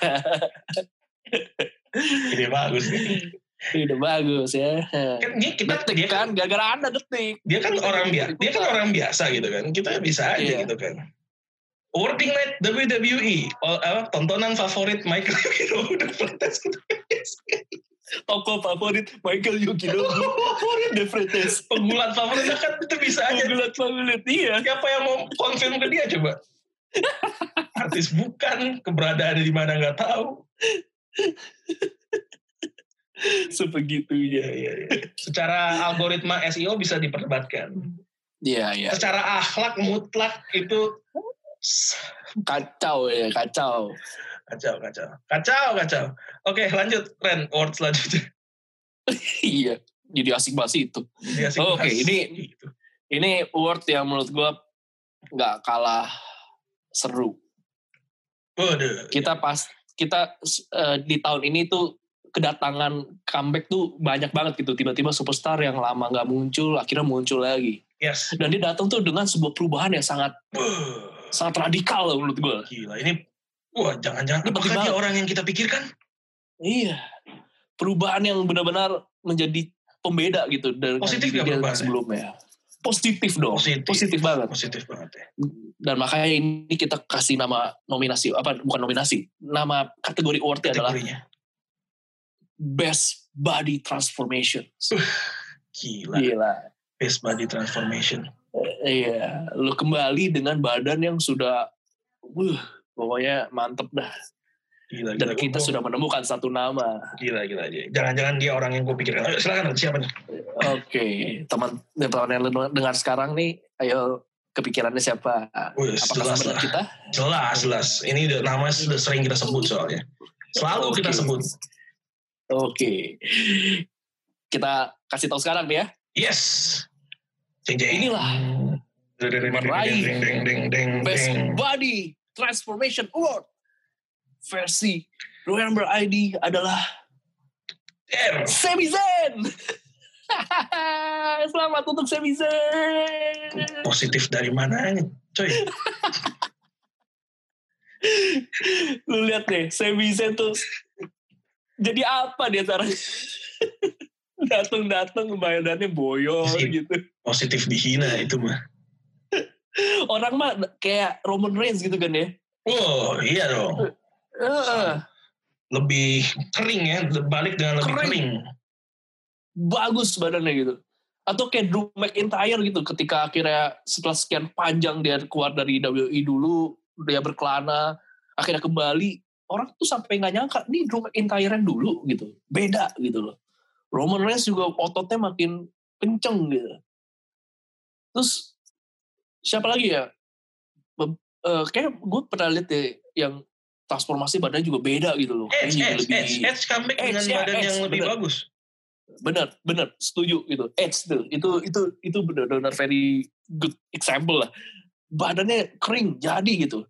A: Ini bagus nih.
B: Ini bagus ya.
A: Kan dia
B: kan gara-gara Anda detik.
A: Dia kan orang biasa gitu kan. Kita bisa aja gitu kan. Working Night WWE, tontonan favorit Michael Yukinobu De Freitas gitu.
B: Toko favorit Michael Yukinobu De Freitas.
A: Pegulat favorit kan itu bisa aja.
B: Pegulat favorit, iya.
A: Siapa yang mau konfirm ke dia coba? Artis bukan, keberadaan di mana nggak tahu.
B: Sebegitunya.
A: Iya. Secara algoritma SEO bisa diperdebatkan.
B: Iya.
A: Secara akhlak mutlak itu
B: kacau.
A: Oke, lanjut Ren, award selanjutnya.
B: Iya, jadi asik bahas itu. Oke, ini award yang menurut gue nggak kalah seru. Kita di tahun ini tuh kedatangan comeback tuh banyak banget gitu. Tiba-tiba superstar yang lama nggak muncul, akhirnya muncul lagi.
A: Yes.
B: Dan dia datang tuh dengan sebuah perubahan yang sangat radikal menurut gue.
A: Gila, ini jangan-jangan apakah dia orang yang kita pikirkan?
B: Iya. Perubahan yang benar-benar menjadi pembeda gitu dari
A: dia
B: sebelumnya. Positif dong. Positif banget
A: ya.
B: Dan makanya ini kita kasih nama nama kategori awardnya adalah Best Body Transformation. Gila.
A: Best Body Transformation.
B: Iya, lu kembali dengan badan yang sudah pokoknya mantep dah. Gila, dan kita sudah menemukan satu nama.
A: Gila. Jangan-jangan dia orang yang gue pikirkan. Ayo, silakan, siapa nih?
B: Oke, teman-teman yang dengar sekarang nih, ayo kepikirannya siapa? Apakah sama dengan kita?
A: Jelas. Ini nama sudah sering kita sebut soalnya. Selalu kita sebut.
B: Oke. Kita kasih tahu sekarang nih ya.
A: Yes.
B: Inilah meraih Best Body Transformation Award versi Remember ID adalah Sami Zayn. Selamat untuk Sami Zayn.
A: Positif dari mana, coy?
B: Lu lihat deh, Sami Zayn tuh jadi apa dia sekarang? Datang badannya boyor gitu.
A: Positif dihina itu mah.
B: Orang mah kayak Roman Reigns gitu kan ya.
A: Oh iya dong. Lebih kering ya, balik dengan lebih kering.
B: Bagus badannya gitu. Atau kayak Drew McIntyre gitu, ketika akhirnya setelah sekian panjang dia keluar dari WWE dulu, dia berkelana, akhirnya kembali, orang tuh sampai nggak nyangka, nih Drew McIntyre dulu gitu, beda gitu loh. Roman Reigns juga ototnya makin kenceng gitu. Terus siapa lagi ya? Kayak gue pernah lihat deh yang transformasi badannya juga beda gitu loh.
A: Edge comeback dengan badan yang lebih bagus.
B: Bener, setuju gitu. Edge tuh, itu benar-benar very good example lah. Badannya kering jadi gitu.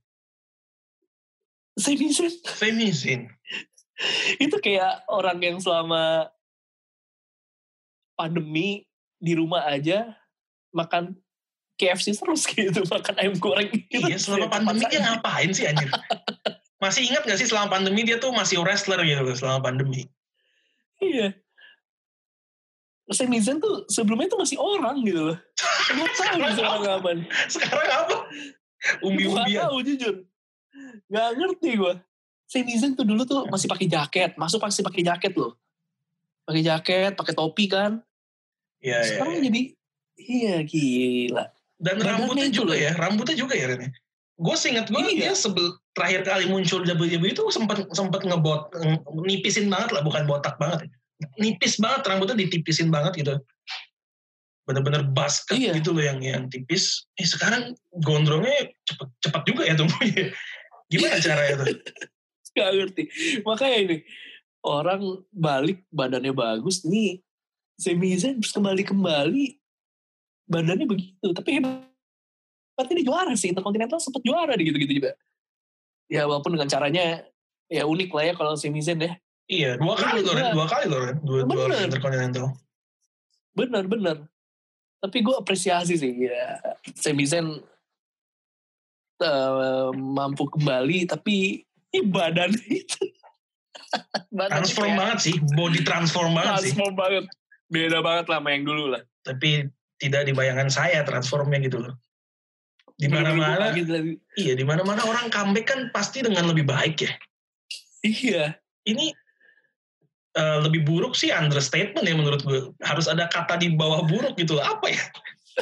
B: Sami Zayn. Itu kayak orang yang selama pandemi di rumah aja makan KFC terus gitu, makan ayam goreng gitu.
A: Iya, selama pandemi dia ngapain sih anjir? Masih ingat gak sih selama pandemi dia tuh masih wrestler gitu selama pandemi?
B: Iya. Sami Zayn tuh sebelumnya tuh masih orang gitu loh. Gak tahu sekarang apa.
A: Sekarang apa? Umbi-umbian.
B: Gak tahu jujur. Gak ngerti gue. Sami Zayn tuh dulu tuh masih pakai jaket, masuk pasti pakai jaket loh. Pakai jaket, pakai topi kan.
A: Iya.
B: Sekarang jadi, iya gila.
A: Dan rambutnya juga ya, Rene. Gue seinget gue dia terakhir kali muncul WWE itu sempat nipisin banget lah, bukan botak banget. Nipis banget, rambutnya ditipisin banget gitu. Bener-bener basket gitu loh yang tipis. Sekarang gondrongnya cepet juga ya tumbuhnya. Gimana caranya tuh?
B: Gak ngerti. Makanya ini, orang balik badannya bagus, nih Sami Zayn terus kembali badannya begitu. Tapi hebatnya dia juara sih, Intercontinental sempat juara di gitu-gitu juga. Ya walaupun dengan caranya ya unik lah ya kalau Sami Zayn ya.
A: Iya, dua kali loh Ren. Dua Intercontinental.
B: Bener. Tapi gue apresiasi sih ya. Sami Zayn mampu kembali, tapi badan itu
A: transform banget sih, body transform banget.
B: Beda banget lah sama yang dulu lah.
A: Tapi tidak dibayangkan saya transformnya gitu loh. Di mana-mana orang comeback kan pasti dengan lebih baik ya.
B: Iya.
A: Ini lebih buruk sih understatement ya menurut gue. Harus ada kata di bawah buruk gitu loh. Apa ya?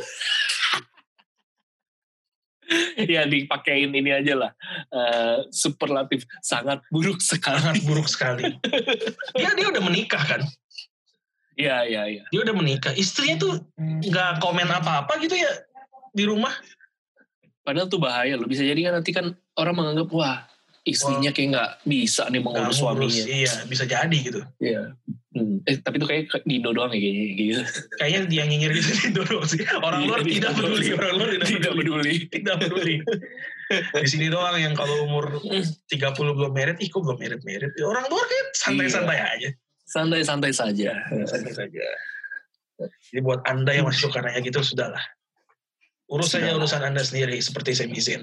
B: Ya dipakein ini aja lah. Superlatif sangat buruk sekali.
A: Dia udah menikah kan?
B: Iya.
A: Dia udah menikah. Istrinya tuh gak komen apa-apa gitu ya di rumah.
B: Padahal tuh bahaya loh. Bisa jadi kan nanti kan orang menganggap wah istrinya kayak gak bisa nih mengurus suaminya.
A: Iya, bisa jadi gitu.
B: Iya. Tapi itu kayak di Indo doang ya kayaknya gitu.
A: Kayaknya dia nyinyir gitu di Indo doang sih. Orang luar tidak peduli. Tidak peduli. Di sini doang yang kalau umur 30 belum married, kok belum married. Orang luar kan santai-santai aja.
B: Santai saja.
A: Jadi buat Anda yang masih suka nanya gitu, sudahlah. Urusan Anda sendiri seperti Sami Zayn.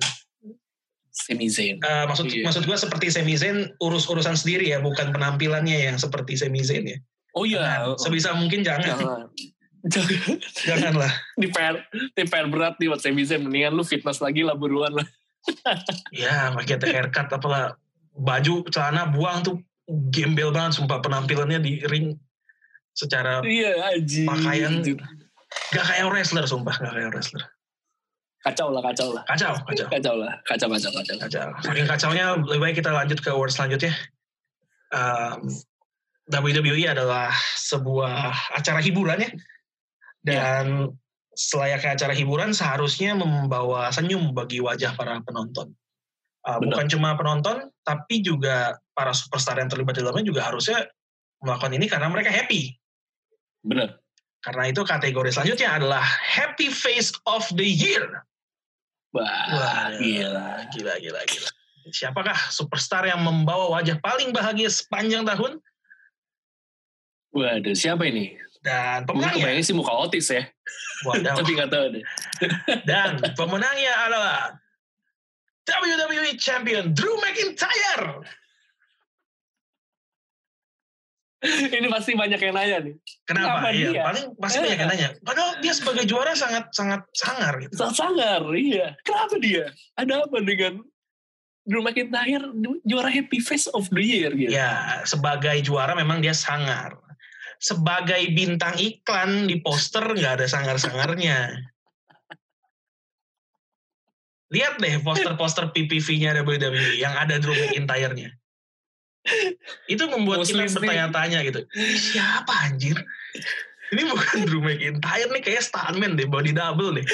A: Maksud gue seperti Sami Zayn urusan sendiri ya, bukan penampilannya yang seperti Sami Zayn ya.
B: Oh iya.
A: Sebisa mungkin janganlah.
B: Di PR berat nih buat Sami Zayn, mendingan lu fitness lagi lah buruan lah.
A: Ya, pakai haircut apalah, baju celana buang tuh gembel banget sumpah penampilannya di ring secara pakaian gak kayak wrestler sumpah, gak kayak wrestler.
B: Kacau lah.
A: Saking kacaunya lebih baik kita lanjut ke award selanjutnya. WWE adalah sebuah acara hiburan ya. Dan selayaknya acara hiburan seharusnya membawa senyum bagi wajah para penonton. Bukan cuma penonton, tapi juga para superstar yang terlibat di dalamnya juga harusnya melakukan ini karena mereka happy.
B: Benar.
A: Karena itu kategori selanjutnya adalah Happy Face of the Year.
B: Wah, gila.
A: Siapakah superstar yang membawa wajah paling bahagia sepanjang tahun?
B: Waduh, siapa ini?
A: Dan
B: Gue
A: pemenangnya,
B: kebayangnya sih muka Otis ya.
A: wadaw.
B: Tapi gak tahu deh.
A: Dan pemenangnya adalah WWE Champion Drew McIntyre.
B: Ini pasti banyak yang nanya nih.
A: Kenapa? Iya,
B: dia?
A: paling pasti banyak yang nanya. Padahal dia sebagai juara sangat sangar gitu.
B: Sangat sangar, iya. Kenapa dia? Ada apa dengan Drew McIntyre juara Happy Face of the Year gitu?
A: Ya, sebagai juara memang dia sangar. Sebagai bintang iklan di poster nggak ada sangar-sangarnya. Lihat deh poster-poster PPV-nya WWE yang ada Drew McIntyre-nya. Itu membuat kita bertanya-tanya gitu. Ini siapa anjir? Ini bukan Drew McIntyre nih, kayak stuntman deh, body double deh.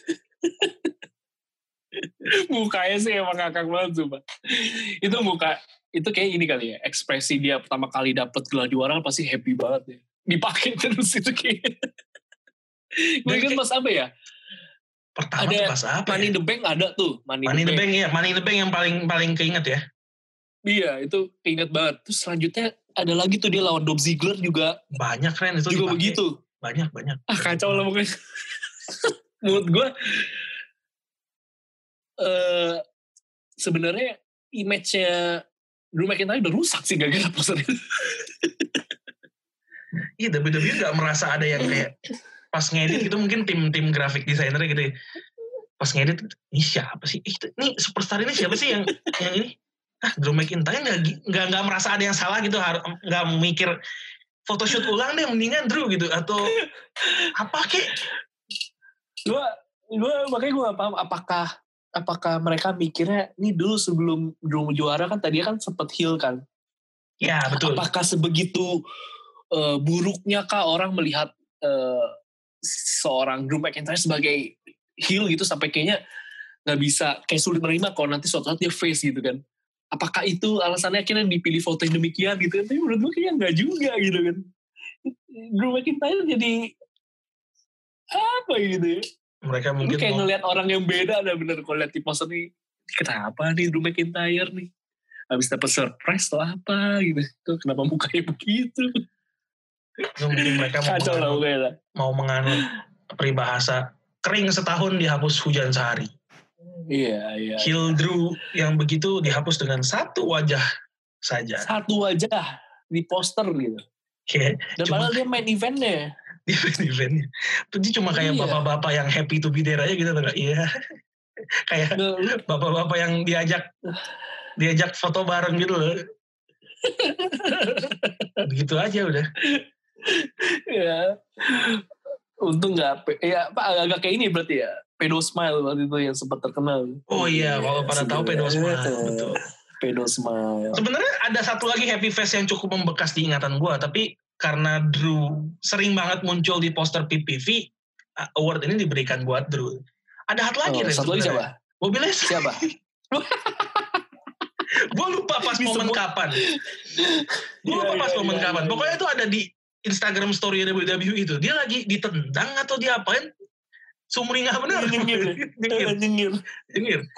B: Mukanya sih emang ngakak banget sumpah. Itu muka, itu kayak ini kali ya, ekspresi dia pertama kali dapet gelar juara pasti happy banget ya. Dipakai terus itu kayak. Gue ingat pas apa ya?
A: Pertama
B: ada
A: pas apa
B: Money
A: ya?
B: in the Bank ada tuh.
A: Money in the Bank ya, Money in the Bank yang paling keinget ya.
B: Iya, itu keinget banget. Terus selanjutnya ada lagi tuh dia lawan Dolph Ziggler juga.
A: Banyak Ren itu
B: juga
A: dipake.
B: Begitu.
A: Banyak.
B: Kacau lah pokoknya. Menurut gue sebenarnya image-nya Drew McIntyre udah rusak sih gara-gara poster itu.
A: Iya, WWE gak merasa ada yang kayak pas ngedit gitu, mungkin tim grafik desainernya gitu ya. Pas ngedit, ini siapa sih? Ini superstar ini siapa sih yang ini? Drew McIntyre nggak merasa ada yang salah gitu, nggak mikir photoshoot ulang deh, mendingan Drew gitu atau apa kek?
B: Gue makanya gue nggak paham apakah mereka mikirnya ini dulu sebelum Drew juara kan tadi kan sempat heel kan?
A: Ya betul.
B: Apakah sebegitu buruknya kah orang melihat seorang Drew McIntyre sebagai heel gitu sampai kayaknya nggak bisa, kayak sulit menerima kalau nanti suatu saat dia face gitu kan? Apakah itu alasannya akhirnya dipilih foto yang demikian gitu? Tapi menurut gue kayaknya nggak juga gitu kan. Drew McIntyre jadi apa gitu ya?
A: Mereka mungkin
B: kayak ngelihat orang yang beda ada bener kalau lihat di poster nih, kenapa nih Drew McIntyre nih? Habis dapet surprise atau apa gitu? Tuh, kenapa mukanya begitu?
A: Mungkin mereka mau menganut peribahasa kering setahun dihapus hujan sehari.
B: Iya.
A: Heel Drew yang begitu dihapus dengan satu wajah saja.
B: Satu wajah di poster gitu.
A: Yeah,
B: dan padahal dia main eventnya.
A: Di eventnya. Dia cuma kayak bapak-bapak yang happy to be there aja gitu loh. Iya. Kayak bapak-bapak yang diajak foto bareng gitu loh. Begitu aja udah.
B: Ya. Untung nggak, ya Pak agak kayak ini berarti ya. Pedo Smile waktu itu yang sempat terkenal.
A: Oh iya, kalau pada tahu Pedo Smile, betul.
B: Pedo Smile.
A: Sebenarnya ada satu lagi happy face yang cukup membekas di ingatan gue, tapi karena Drew sering banget muncul di poster PPV, award ini diberikan buat Drew. Ada satu lagi.
B: Satu lagi siapa?
A: Bobby Leslie.
B: Siapa?
A: Gue lupa pas momen kapan. Kapan. Pokoknya itu ada di Instagram story WWE itu. Dia lagi ditendang atau diapain? Sumringah bener. Nyengir.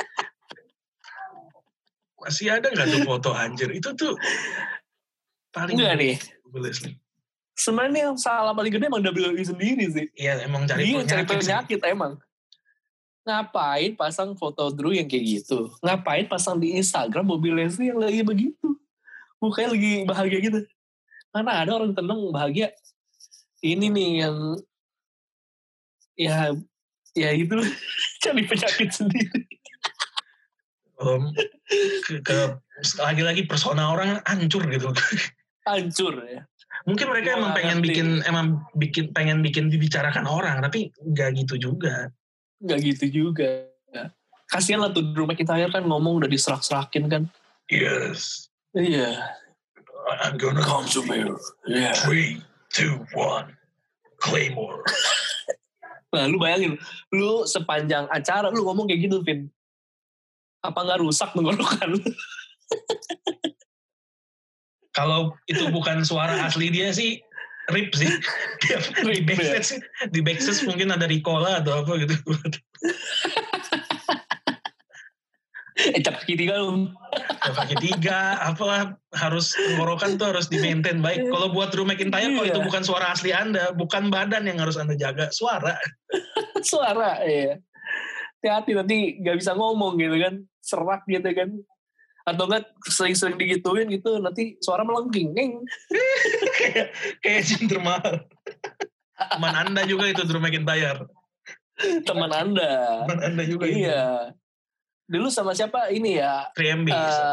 A: Masih ada gak tuh foto anjir? Itu tuh paling
B: enggak nih.
A: Leslie.
B: Sebenarnya yang salah paling gede emang WWE sendiri sih.
A: Iya, emang cari
B: penyakit emang. Ngapain pasang foto Drew yang kayak gitu? Ngapain pasang di Instagram Bobby Leslie yang lagi begitu? Mukanya lagi bahagia gitu. Karena ada orang tenang bahagia. Ini nih yang ya gitu loh. Cari penyakit sendiri.
A: Lagi-lagi persona orang hancur gitu.
B: Hancur ya.
A: Mungkin mereka emang pengen bikin dibicarakan orang, tapi nggak gitu juga.
B: Nggak gitu juga. Kasian lah tuh Drew McIntyre kan ngomong udah diserak-serakin kan.
A: Yes.
B: Iya.
A: I'm gonna
B: come to you. Yeah.
A: 3, 2, 1. Claymore.
B: Nah, lu bayangin, lu sepanjang acara lu ngomong kayak gitu, Vin. Apa nggak rusak tenggorokan?
A: Kalau itu bukan suara asli dia sih, rip sih. Di backstage mungkin ada Ricola atau apa gitu.
B: Cap segitiga lu.
A: kaki 3, apa harus tenggorokan tuh harus di-maintain baik. Kalau buat Drew McIntyre kok itu bukan suara asli Anda, bukan badan yang harus Anda jaga, suara.
B: Suara, iya. Hati-hati nanti nggak bisa ngomong gitu kan, serak gitu kan. Atau enggak sering-sering digituin gitu, nanti suara melengking.
A: Kayak Jinder Mahal. Teman Anda juga itu Drew McIntyre.
B: Teman Anda.
A: Teman Anda juga
B: iya. Dulu sama siapa ini ya?
A: 3MB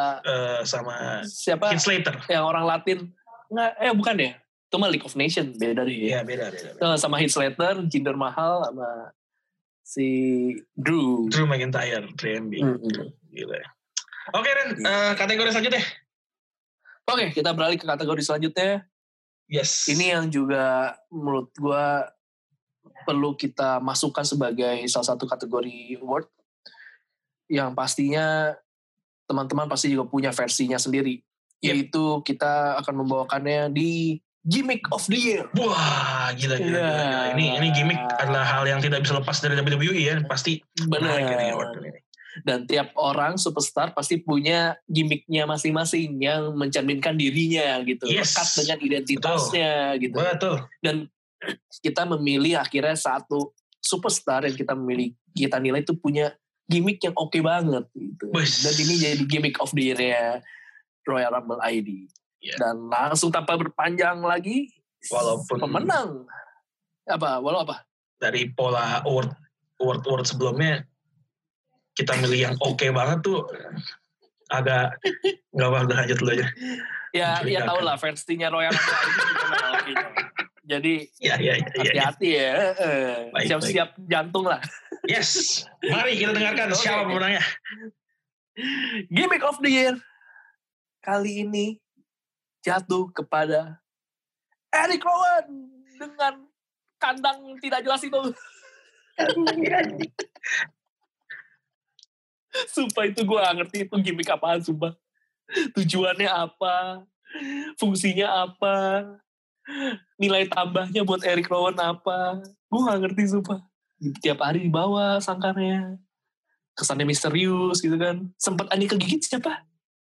A: sama
B: siapa?
A: Heath Slater.
B: Yang orang Latin. Nggak, bukan ya? Itu mah League of Nations, beda deh.
A: Iya, beda.
B: Sama Heath Slater, Jinder Mahal, sama si Drew
A: McIntyre, 3MB. Gila. Oke, Ren, kategori selanjutnya. Oke,
B: kita beralih ke kategori selanjutnya.
A: Yes.
B: Ini yang juga menurut gue perlu kita masukkan sebagai salah satu kategori award. Yang pastinya teman-teman pasti juga punya versinya sendiri. Yaitu kita akan membawakannya di Gimmick of the Year.
A: Wah, gila. Ini gimmick adalah hal yang tidak bisa lepas dari WWE ya. Pasti menarik ini award ini.
B: Dan tiap orang superstar pasti punya gimmicknya masing-masing yang mencerminkan dirinya gitu. Lekat dengan identitasnya. Gitu.
A: Betul.
B: Dan kita memilih akhirnya satu superstar yang kita nilai itu punya gimmick yang oke banget gitu. Dan ini jadi Gimmick of the Year ya Royal Rumble ID. Dan langsung tanpa berpanjang lagi,
A: walaupun
B: pemenang walau apa? Dari
A: pola award sebelumnya kita milih yang oke banget tuh agak nggak apa-apa, lanjut dulu aja. Ya tahu lah versinya Royal Rumble ID gitu. Jadi hati-hati ya. Siap-siap jantung lah. Yes. Mari kita dengarkan siapa pemenangnya.
B: Gimmick of the Year kali ini jatuh kepada Eric Rowan dengan kandang tidak jelas itu. Sumpah itu gue gak ngerti itu gimmick apaan, sumpah. Tujuannya apa, fungsinya apa, nilai tambahnya buat Eric Rowan apa, gue gak ngerti sumpah. Tiap hari dibawa sangkarnya, kesannya misterius gitu kan. Sempat Ani kegigit siapa?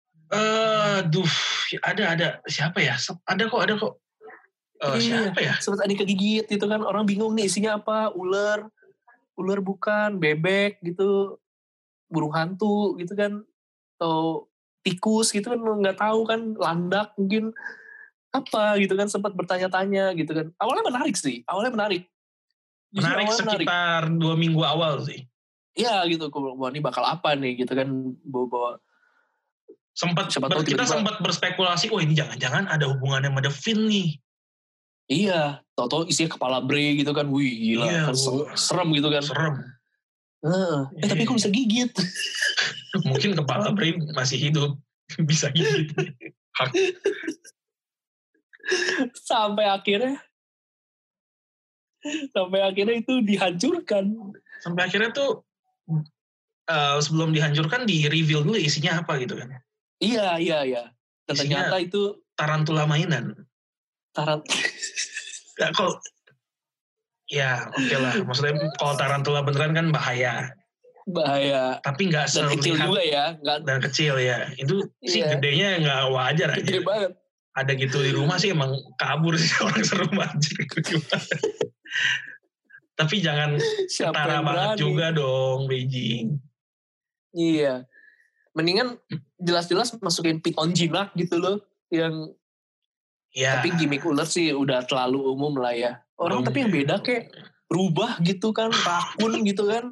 A: Ada siapa ya? Ada kok. Siapa ya?
B: Sempat Ani kegigit gitu kan, orang bingung nih isinya apa, ular bukan, bebek gitu, burung hantu gitu kan, atau tikus gitu kan, nggak tahu kan, landak mungkin apa gitu kan, sempat bertanya-tanya gitu kan. Awalnya menarik.
A: Menarik sekitar 2 minggu awal sih.
B: Iya gitu, wah ini bakal apa nih gitu kan, bawa
A: kita sempat berspekulasi, ini jangan-jangan ada hubungannya sama The Finn nih.
B: Iya, tau-tau isinya kepala Bray gitu kan, wih gila, kan serem gitu kan.
A: Serem.
B: Tapi kok bisa gigit?
A: Mungkin kepala Bray masih hidup, bisa gigit.
B: Sampai akhirnya itu dihancurkan.
A: Sampai akhirnya tuh sebelum dihancurkan di reveal dulu isinya apa gitu kan.
B: Iya. Dan ternyata itu
A: tarantula mainan. Ya oke lah. Maksudnya kalau tarantula beneran kan bahaya. Tapi nggak
B: dan kecil juga ya.
A: Dan kecil ya. Itu sih gedenya nggak wajar aja.
B: Gede banget.
A: Ada gitu di rumah sih emang kabur sih orang serem aja. Tapi jangan ketara banget juga dong Beijing.
B: Iya. Mendingan jelas-jelas masukin piton jinak gitu loh. Yang tapi gimmick ular sih udah terlalu umum lah ya. Orang tapi yang beda kayak rubah gitu kan, rakun gitu kan.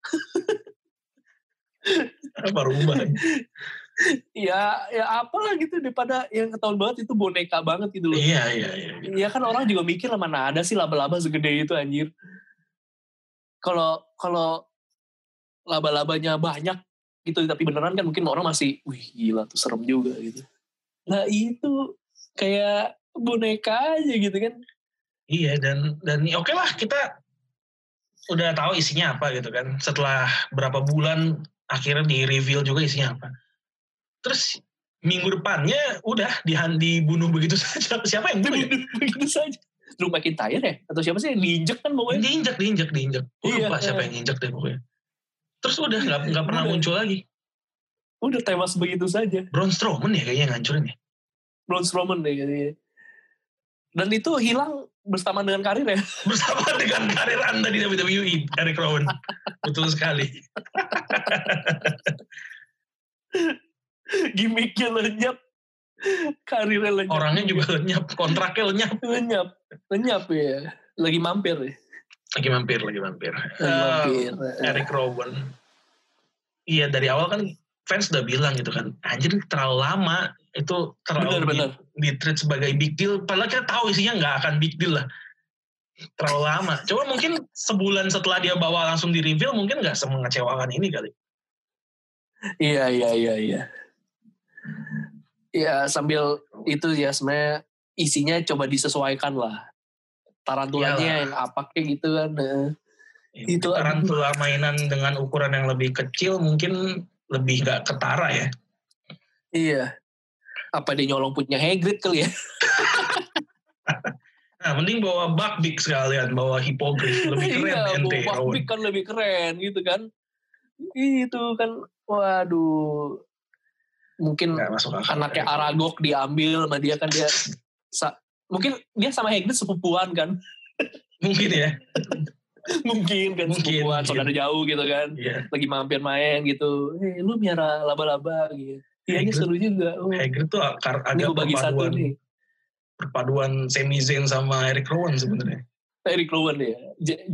A: Apa rubah?
B: ya apalah gitu, daripada yang ketahuan banget itu boneka banget gitu loh.
A: Iya.
B: Iya kan orang juga mikir lah, mana ada sih laba-laba segede itu anjir. Kalau laba-labanya banyak gitu tapi beneran kan mungkin orang masih, wih gila tuh serem juga gitu. Nah itu kayak boneka aja gitu kan.
A: Iya dan oke lah, kita udah tahu isinya apa gitu kan. Setelah berapa bulan akhirnya di reveal juga isinya apa. Terus minggu depannya udah dibunuh begitu saja. Siapa yang bunuh?
B: Begitu saja. Drew McIntyre ya? Atau siapa sih yang diinjek kan pokoknya?
A: Diinjek. Gue lupa siapa yang injek deh pokoknya. Terus udah nggak pernah muncul lagi.
B: Udah tewas begitu saja.
A: Braun Strowman ya kayaknya ngancurin ya.
B: Braun Strowman deh kayaknya. Dan itu hilang bersama dengan karir ya.
A: Bersama dengan karir Anda di WWE, Eric Rowan. Betul sekali.
B: Gimiknya lenyap, karirnya lenyap.
A: Orangnya juga lenyap, kontraknya lenyap.
B: Lenyap ya. Lagi mampir ya.
A: Lagi mampir. Eric Rowan. Iya, dari awal kan fans udah bilang gitu kan, anjir terlalu lama, itu terlalu di-treat sebagai big deal, padahal kita tahu isinya nggak akan big deal lah, terlalu lama. Coba mungkin sebulan setelah dia bawa langsung di-reveal, mungkin nggak semengecewakan ini kali.
B: Iya. Ya sambil itu ya sebenarnya isinya coba disesuaikan lah. Tarantulanya yang apa kayak gitu kan.
A: Itu tarantula mainan dengan ukuran yang lebih kecil mungkin lebih gak ketara ya.
B: Iya. Apa dia nyolong punya Hagrid kali ya?
A: Nah, mending bawa Buckbeak sekalian, bawa Hippogriff, lebih keren.
B: Iya, bawa Buckbeak kan lebih keren gitu kan. Itu kan, waduh. Mungkin anaknya Aragog diambil sama dia kan dia. Mungkin dia sama Hagrid sepupuan kan.
A: Mungkin ya.
B: Mungkin sepupuan, saudara jauh gitu kan.
A: Yeah.
B: Lagi mampir main gitu. Lu miara laba-laba gitu. Iya, ini seru juga.
A: Hagrid tuh agak perpaduan Sami Zayn sama Eric Rowan sebenarnya.
B: Eric Rowan ya.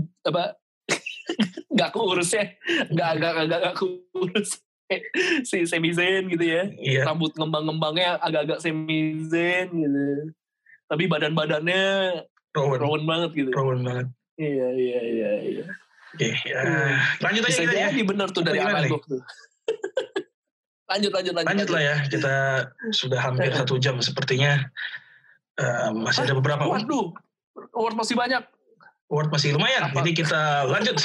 B: Gak kurus ya. Gak kurus. Si Sami Zayn gitu ya.
A: Yeah.
B: Rambut ngembang-ngembangnya agak-agak Sami Zayn gitu. Tapi badan-badannya Rowan banget gitu.
A: Rowan banget.
B: Iya.
A: Oke, lanjut aja kita ya.
B: Ini benar tuh dari Aragog tuh. Lanjut
A: lah ya. Kita sudah hampir 1 jam sepertinya. Masih ada beberapa.
B: Waduh, award masih banyak.
A: Award masih lumayan. Jadi kita lanjut.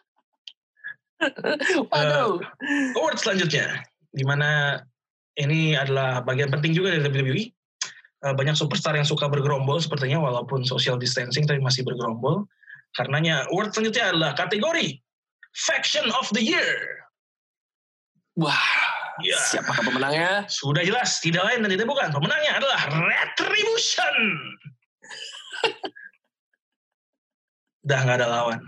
A: Award selanjutnya, dimana ini adalah bagian penting juga dari WWE. Banyak superstar yang suka bergerombol sepertinya, walaupun social distancing tapi masih bergerombol. Karenanya award selanjutnya adalah kategori Faction of the Year.
B: Wah, siapakah pemenangnya?
A: Sudah jelas, tidak lain dan tidak bukan. Pemenangnya adalah Retribution. Udah gak ada lawan.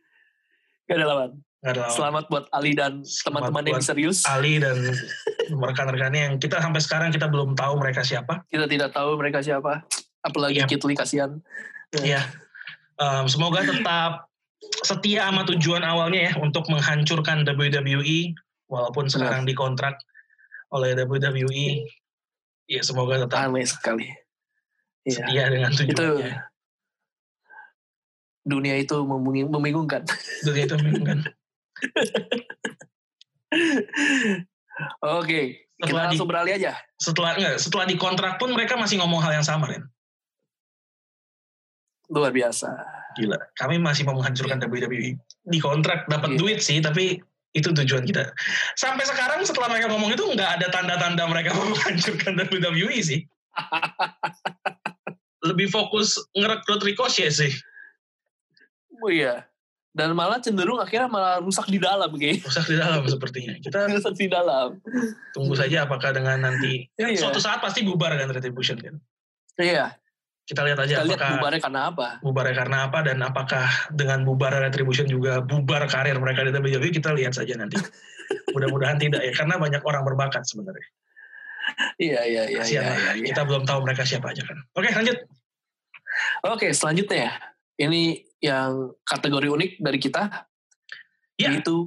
A: Selamat buat Ali dan teman-teman yang serius. Ali dan rekan-rekannya yang kita sampai sekarang kita belum tahu mereka siapa.
B: Kita tidak tahu mereka siapa. Apalagi Kit Lee, kasihan.
A: Iya. Semoga tetap setia sama tujuan awalnya ya, untuk menghancurkan WWE walaupun sekarang dikontrak oleh WWE. Ya semoga tetap
B: aneh sekali.
A: Setia dengan tujuannya.
B: Dunia itu membingungkan. Oke, kita langsung beralih aja.
A: Setelah dikontrak pun mereka masih ngomong hal yang sama, Ren.
B: Luar biasa.
A: Gila, kami masih mau menghancurkan WWE. Di kontrak dapat duit sih, tapi itu tujuan kita. Sampai sekarang setelah mereka ngomong itu nggak ada tanda-tanda mereka mau menghancurkan WWE sih. Lebih fokus ngerekrut Ricochet sih.
B: Oh iya. Dan malah cenderung akhirnya malah rusak di dalam gitu.
A: Rusak di dalam sepertinya. Kita
B: rusak di dalam.
A: Tunggu saja apakah dengan nanti suatu saat pasti bubar kan Retribution kan.
B: Iya.
A: Kita lihat aja apakah
B: bubarnya karena apa.
A: Bubarnya karena apa dan apakah dengan bubar Retribution juga bubar karir mereka di WWE, kita lihat saja nanti. Mudah-mudahan tidak ya, karena banyak orang berbakat sebenarnya.
B: Iya.
A: Kita belum tahu mereka siapa aja kan. Oke, lanjut.
B: Oke, selanjutnya ya. Ini yang kategori unik dari kita. Yaitu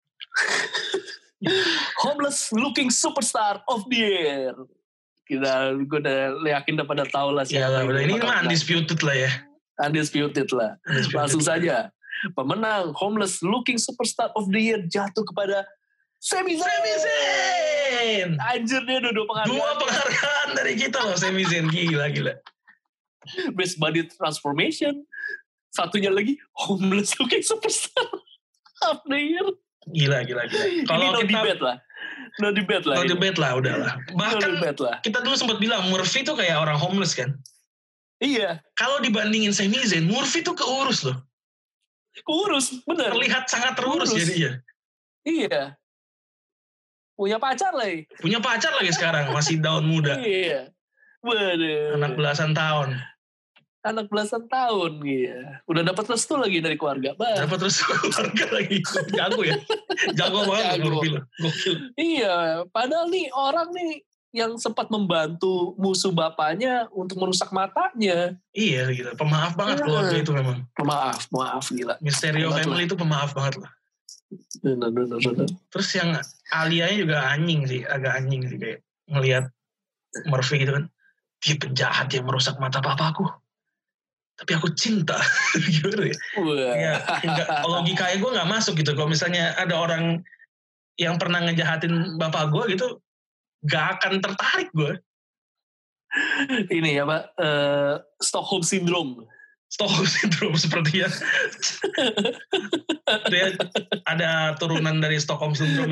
B: Homeless Looking Superstar of the Year. Gue udah yakin udah pada tahu lah siapa.
A: Ini mah undisputed lah ya.
B: Undisputed lah. Langsung saja. Pemenang Homeless Looking Superstar of the Year jatuh kepada Sami Zayn. Anjir, dia udah 2 penghargaan.
A: 2 penghargaan dari kita loh, Sami Zayn. Gila.
B: Best Body Transformation. Satunya lagi Homeless Looking Superstar of the Year.
A: Gila.
B: Kalau kita No debate lah,
A: udahlah. Bahkan kita dulu sempat bilang Murphy tuh kayak orang homeless kan.
B: Iya.
A: Kalau dibandingin Sami Zayn, Murphy tuh keurus loh.
B: Kurus, benar.
A: Terlihat sangat terurus jadinya.
B: Iya. Punya pacar lagi.
A: Punya pacar lagi sekarang, masih daun muda.
B: Iya. Waduh.
A: Anak belasan tahun.
B: Iya. Udah dapat restu lagi dari keluarga.
A: Dapat restu keluarga lagi. Jago ya. Jago banget. Gokil.
B: Iya. Padahal nih orang nih yang sempat membantu musuh bapaknya untuk merusak matanya.
A: Iya gila. Pemaaf banget keluarga itu memang.
B: Maaf gila.
A: Mysterio Family itu pemaaf banget lah.
B: Benar.
A: Terus yang Alianya juga agak anjing sih kayak ngelihat Murphy gitu kan. Dia penjahat yang merusak mata papaku. Tapi aku cinta. Gimana ya? Logikanya gue gak masuk gitu. Kalau misalnya ada orang yang pernah ngejahatin bapak gue gitu, gak akan tertarik gue.
B: Ini ya Pak, Stockholm Syndrome
A: sepertinya. Dia ada turunan dari Stockholm Syndrome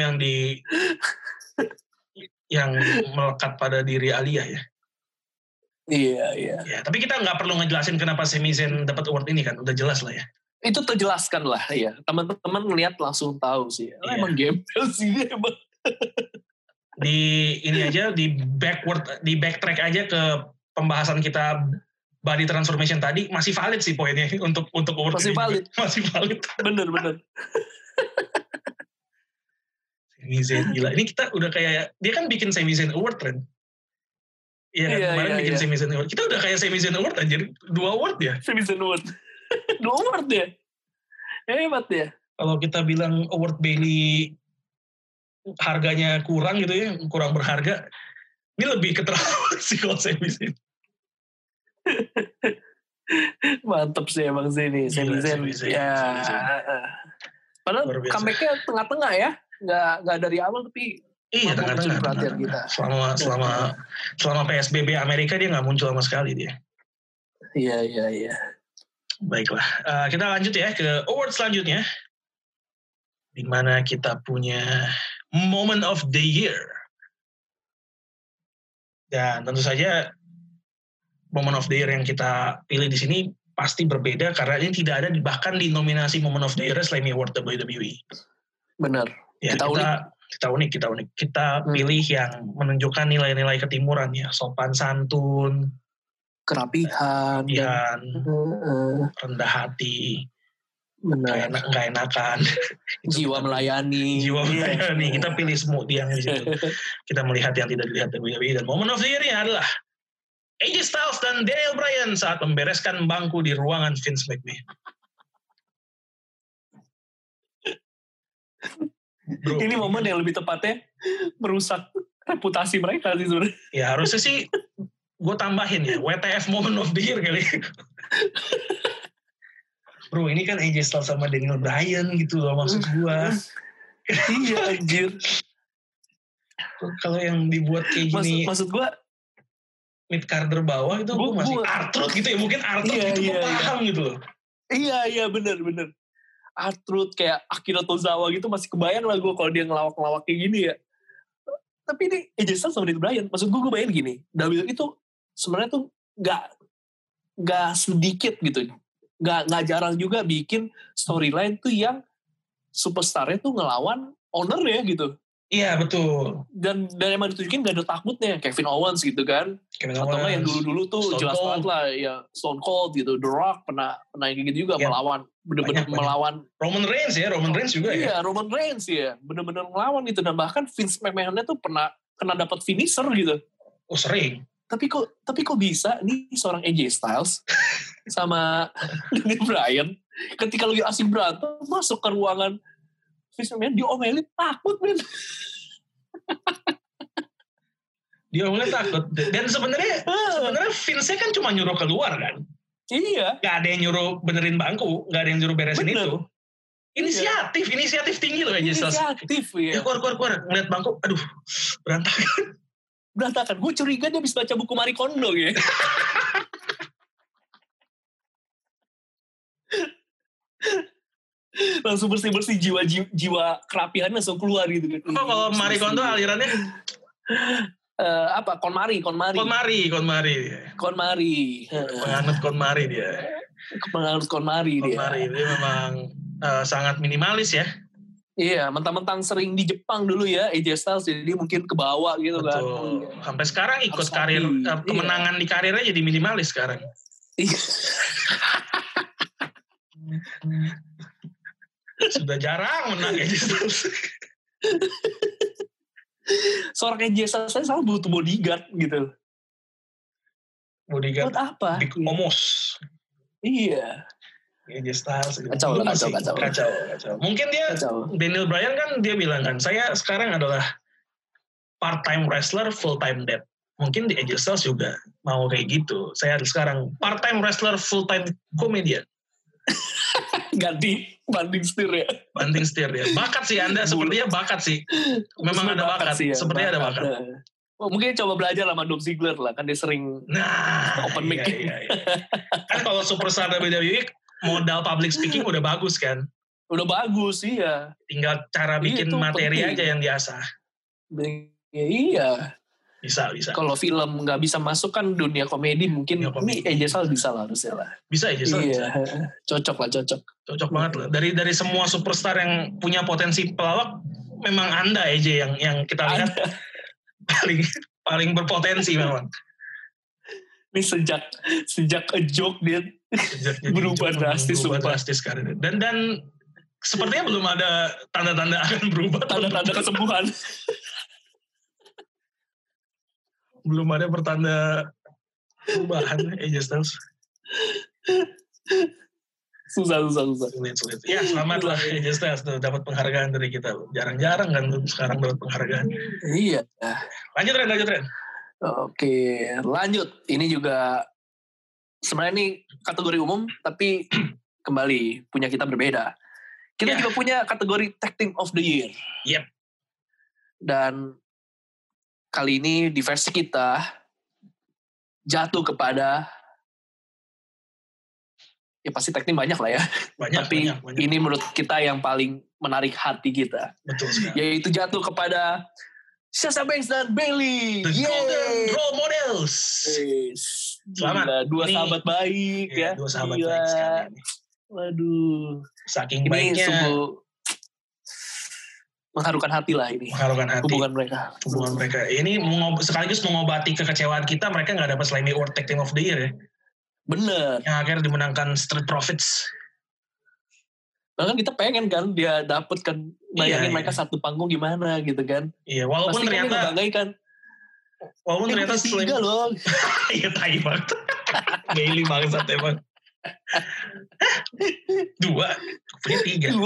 A: yang melekat pada diri Alia ya.
B: Iya.
A: Ya, tapi kita nggak perlu ngejelasin kenapa Sami Zayn dapat award ini kan, udah jelas lah ya.
B: Itu terjelaskan lah ya. Teman-teman ngelihat langsung tahu sih.
A: Iya.
B: Emang gembel sih emang.
A: Di ini aja di backtrack aja ke pembahasan kita body transformation tadi masih valid sih poinnya untuk award
B: masih
A: ini.
B: Valid.
A: Masih valid.
B: Bener.
A: Sami Zayn gila. Ini kita udah kayak dia kan bikin Sami Zayn Award kan. Iya kan kemarin bikin Sami Zayn Award. Kita udah kayak Sami Zayn Award anjir. 2 award ya.
B: Sami Zayn Award. 2 award ya. Hebat ya.
A: Kalau kita bilang award Bailey harganya kurang gitu ya, kurang berharga. Ini lebih keterlaluan sih kalau Sami Zayn.
B: Mantep sih emang Sami Zayn. Ya. Padahal comeback-nya tengah-tengah ya. Nggak dari awal tapi
A: iya tengah-tengah
B: perhatian kita.
A: Selama PSBB Amerika dia nggak muncul sama sekali dia.
B: Iya.
A: Baiklah, kita lanjut ya ke award selanjutnya, di mana kita punya Moment of the Year. Dan tentu saja Moment of the Year yang kita pilih di sini pasti berbeda karena ini tidak ada bahkan di nominasi Moment of the Year Slammy Award WWE.
B: Benar.
A: Ya, kita unik. Kita pilih yang menunjukkan nilai-nilai ketimuran ya, sopan santun,
B: kerapihan,
A: rendah hati,
B: nggak
A: enakan,
B: jiwa melayani.
A: Kita pilih semua yang di situ. Kita melihat yang tidak dilihat WWE. Dan Moment of the Year adalah AJ Styles dan Daniel Bryan saat membereskan bangku di ruangan Vince McMahon. Bro,
B: ini momen yang lebih tepatnya merusak reputasi mereka sih sebenarnya.
A: Ya harusnya sih gue tambahin ya WTF Moment of the Year kali. Bro ini kan AJ Styles sama Daniel Bryan gitu loh maksud gue.
B: Iya anjir.
A: Kalau yang dibuat kayak gini
B: maksud gue
A: mid carder bawah itu gue masih R-Truth gitu ya, mungkin R-Truth gitu gue paham gitu loh.
B: Iya bener R-Truth kayak Akira Tozawa gitu masih kebayang lah gue kalau dia ngelawak-ngelawak kayak gini ya. Tapi ini AJ Styles sama Daniel Bryan, maksud gue bayangin gini, WWE itu sebenarnya tuh nggak sedikit gitu, nggak jarang juga bikin storyline tuh yang superstarnya tuh ngelawan owner ya gitu.
A: Iya betul.
B: Dan emang ditunjukin gak ada takutnya, Kevin Owens gitu kan. Atau nggak yang dulu-dulu tuh
A: Stone
B: jelas
A: Cold.
B: banget lah ya Stone Cold gitu, The Rock pernah kayak gitu juga ya, melawan, bener-bener melawan.
A: Roman Reigns juga ya.
B: Iya Roman Reigns ya, bener-bener melawan gitu. Dan bahkan Vince McMahon-nya tuh pernah dapat finisher gitu.
A: Oh sering.
B: Tapi kok bisa nih seorang AJ Styles sama Daniel Bryan ketika lagi asik berantem masuk ke ruangan Vince McMahon diomelin takut men.
A: Diomelin takut. Dan sebenarnya Vince kan cuma nyuruh keluar kan.
B: Iya.
A: Gak ada yang nyuruh benerin bangku, gak ada yang nyuruh beresin itu. Inisiatif tinggi loh AJ Styles.
B: Inisiatif ya.
A: Ya keluar ngeliat bangku, aduh
B: berantakan. Gue curiga dia bisa baca buku Marie Kondo ya. Langsung bersih jiwa kerapiannya langsung keluar gitu kan.
A: Kalau Marie Kondo alirannya
B: KonMari.
A: Penganut KonMari dia.
B: KonMari dia.
A: KonMari dia memang sangat minimalis ya.
B: Iya, mentang-mentang sering di Jepang dulu ya AJ Styles, jadi mungkin ke bawah gitu.
A: Betul.
B: Kan.
A: Sampai sekarang ikut
B: Harus
A: karir
B: hati.
A: kemenangan di karirnya jadi minimalis sekarang.
B: Iya.
A: Sudah jarang menang AJ Styles.
B: Seorang AJ Styles saya selalu butuh bodyguard gitu.
A: Bodyguard
B: buat apa?
A: Big Omos.
B: Iya.
A: AJ Styles.
B: Kacau.
A: Mungkin dia Daniel Bryan kan dia bilang kan, saya sekarang adalah part-time wrestler, full-time dad. Mungkin di AJ Styles juga mau kayak gitu. Saya sekarang part-time wrestler, full-time comedian.
B: Ganti banting setir ya.
A: Bakat sih Anda, sepertinya bakat sih. Memang ada bakat.
B: Sih ya,
A: sepertinya ada bakat.
B: Oh, mungkin coba belajar sama Dolph Ziggler lah, kan dia sering open mic.
A: Iya. Kan kalau superstar WWE modal public speaking udah bagus kan?
B: Udah bagus, iya.
A: Tinggal cara bikin materi penting. Aja yang diasah.
B: Iya.
A: Bisa.
B: Kalau film nggak bisa masuk kan dunia komedi, mungkin ini AJ Styles bisa lah harusnya lah.
A: Bisa AJ Styles.
B: Iya. Cocok
A: banget lah. Dari semua superstar yang punya potensi pelawak, memang Anda AJ yang kita lihat paling berpotensi memang.
B: Ini sejak a joke dia berubah drastis
A: karirnya. Dan sepertinya belum ada tanda-tanda akan berubah.
B: Tanda-tanda kesembuhan.
A: Belum ada pertanda perubahan AJ Styles.
B: Susah.
A: Sulit. Ya, selamat lah AJ Styles tuh dapat penghargaan dari kita. Jarang-jarang kan sekarang dapat penghargaan.
B: Iya.
A: Lanjut Ren.
B: Oke, lanjut. Ini juga sebenarnya ini kategori umum, tapi kembali punya kita berbeda. Kita juga punya kategori Tag Team of the Year.
A: Yep.
B: Dan kali ini di versi kita jatuh kepada, ya pasti tag team banyak lah ya. Tapi ini menurut kita yang paling menarik hati kita.
A: Betul sekali.
B: Yaitu jatuh kepada Sasha Banks dan Bayley.
A: The Golden Role Models.
B: Selamat. Dua sahabat baik ya.
A: Dua sahabat baik sekali ini.
B: Waduh.
A: Saking
B: ini
A: baiknya.
B: Sungguh mengharukan hati lah ini. Hubungan mereka.
A: Ini sekaligus mengobati kekecewaan kita. Mereka nggak dapat Slammy Award Tag Team of the Year ya.
B: Bener.
A: Yang akhirnya dimenangkan Street Profits.
B: Bahkan kita pengen kan dia dapet kan. Bayangin mereka satu panggung gimana gitu kan.
A: Iya, walaupun pasti ternyata. Walaupun ternyata
B: Slammy. Loh.
A: Iya, tai banget. Bailey bangsat emang. 2. Punya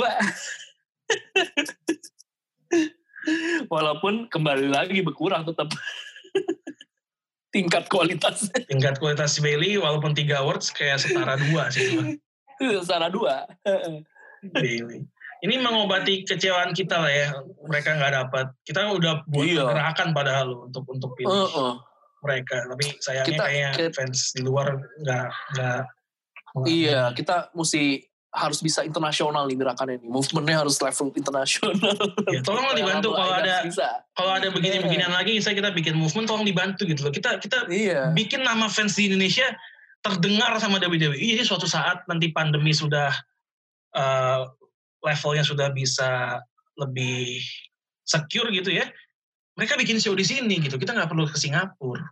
A: 3.
B: Walaupun kembali lagi berkurang tetap tingkat kualitas
A: Bailey walaupun 3 awards kayak setara 2 sih.
B: Setara 2.
A: Bailey. Ini mengobati kecewaan kita lah ya. Mereka nggak dapat. Kita udah buat gerakan padahal untuk pilih mereka. Tapi sayangnya kayaknya fans di luar nggak.
B: Iya, kita mesti harus bisa internasional nih gerakannya nih. Movementnya harus level internasional.
A: Ya, tolong dibantu kalau ada begini-beginian lagi, kita bikin movement, tolong dibantu gitu loh. Kita bikin nama fans di Indonesia terdengar sama WWE. Jadi suatu saat nanti pandemi sudah levelnya sudah bisa lebih secure gitu ya. Mereka bikin show di sini gitu. Kita nggak perlu ke Singapura.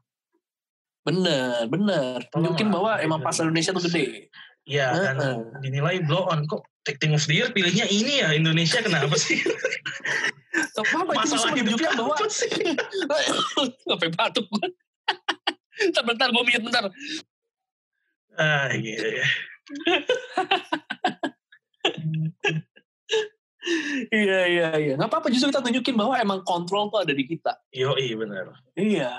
B: Bener. Tunjukin bahwa emang pasar Indonesia tuh gede.
A: Iya, dan dinilai blow on. Kok Tag Team of the Year pilihnya ini ya, Indonesia kenapa sih?
B: Masalah hidupnya bahwa sampai batuk gue. Bentar, gue mute bentar.
A: Iya.
B: Iya. Nggak apa-apa, justru kita tunjukin bahwa emang kontrol tuh ada di kita.
A: Yoi, benar.
B: Iya.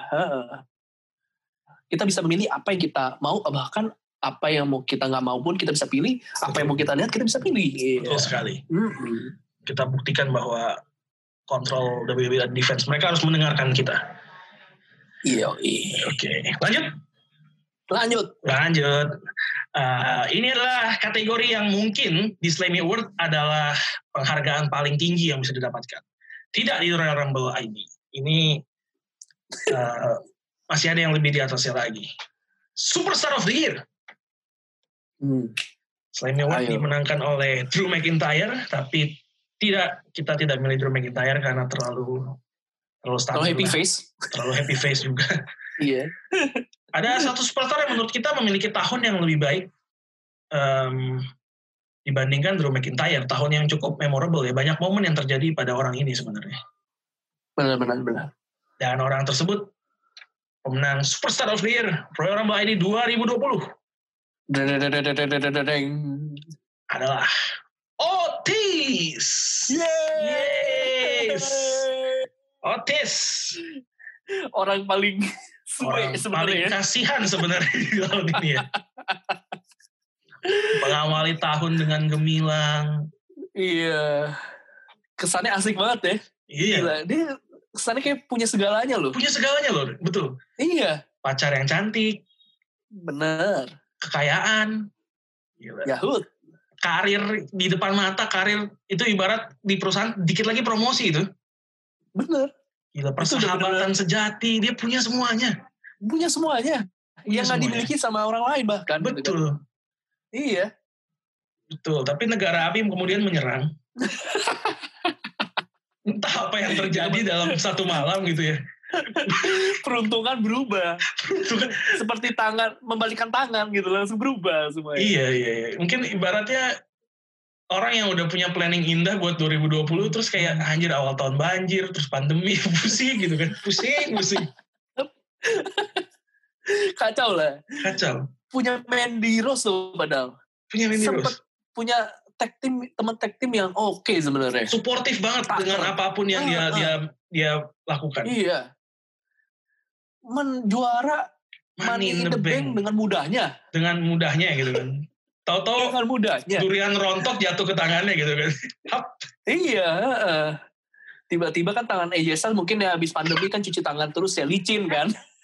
B: Kita bisa memilih apa yang kita mau, bahkan apa yang mau kita nggak mau pun kita bisa pilih. Apa yang mau kita lihat kita bisa pilih.
A: Betul sekali. Kita buktikan bahwa kontrol WWE dan defense mereka harus mendengarkan kita.
B: Iya.
A: Oke. Lanjut. Ini adalah kategori yang mungkin di Slammy Award adalah penghargaan paling tinggi yang bisa didapatkan. Tidak di Royal Rumble ID. Ini masih ada yang lebih di atasnya lagi. Superstar of the Year. Slammy Award dimenangkan oleh Drew McIntyre, tapi Kita tidak milih Drew McIntyre karena terlalu stabil.
B: Terlalu happy face.
A: Terlalu happy face juga.
B: Iya.
A: Ada satu superstar yang menurut kita memiliki tahun yang lebih baik dibandingkan Drew McIntyre. Tahun yang cukup memorable ya. Banyak momen yang terjadi pada orang ini sebenarnya.
B: Benar.
A: Dan orang tersebut pemenang Superstar of the Year Royal Rumble ID 2020 adalah Otis. Yes. Otis.
B: Orang paling
A: kasihan sebenarnya di tahun ini ya. Mengawali tahun dengan gemilang.
B: Iya. Kesannya asik banget ya.
A: Iya.
B: Gila. Dia kesannya kayak punya segalanya loh. Betul. Iya.
A: Pacar yang cantik.
B: Bener.
A: Kekayaan. Gila.
B: Yahut.
A: Karir di depan mata, karir itu ibarat di perusahaan dikit lagi promosi itu.
B: Bener.
A: Gila, persahabatan sejati, dia punya semuanya. Yang nggak dimiliki sama orang lain bahkan. Betul.
B: Gitu kan. Iya.
A: Betul, tapi negara api kemudian menyerang. Entah apa yang terjadi dalam satu malam gitu ya.
B: Peruntungan berubah. Seperti membalikan tangan gitu, langsung berubah semuanya.
A: Iya. Mungkin ibaratnya orang yang udah punya planning indah buat 2020 terus kayak anjir awal tahun banjir, terus pandemi, pusing gitu kan. Pusing.
B: Kacau lah. Punya Mandy Rose tuh padahal. Sempet punya teman tag team yang oke sebenarnya.
A: Suportif banget dengan apapun yang dia lakukan.
B: Iya. Menjuara Money in the Bank dengan mudahnya
A: gitu kan. Tahu-tahu
B: dengan mudahnya
A: durian rontok jatuh ke tangannya gitu kan.
B: Iya. Tiba-tiba kan tangan AJ Styles mungkin ya habis pandemi kan cuci tangan terus ya, licin kan.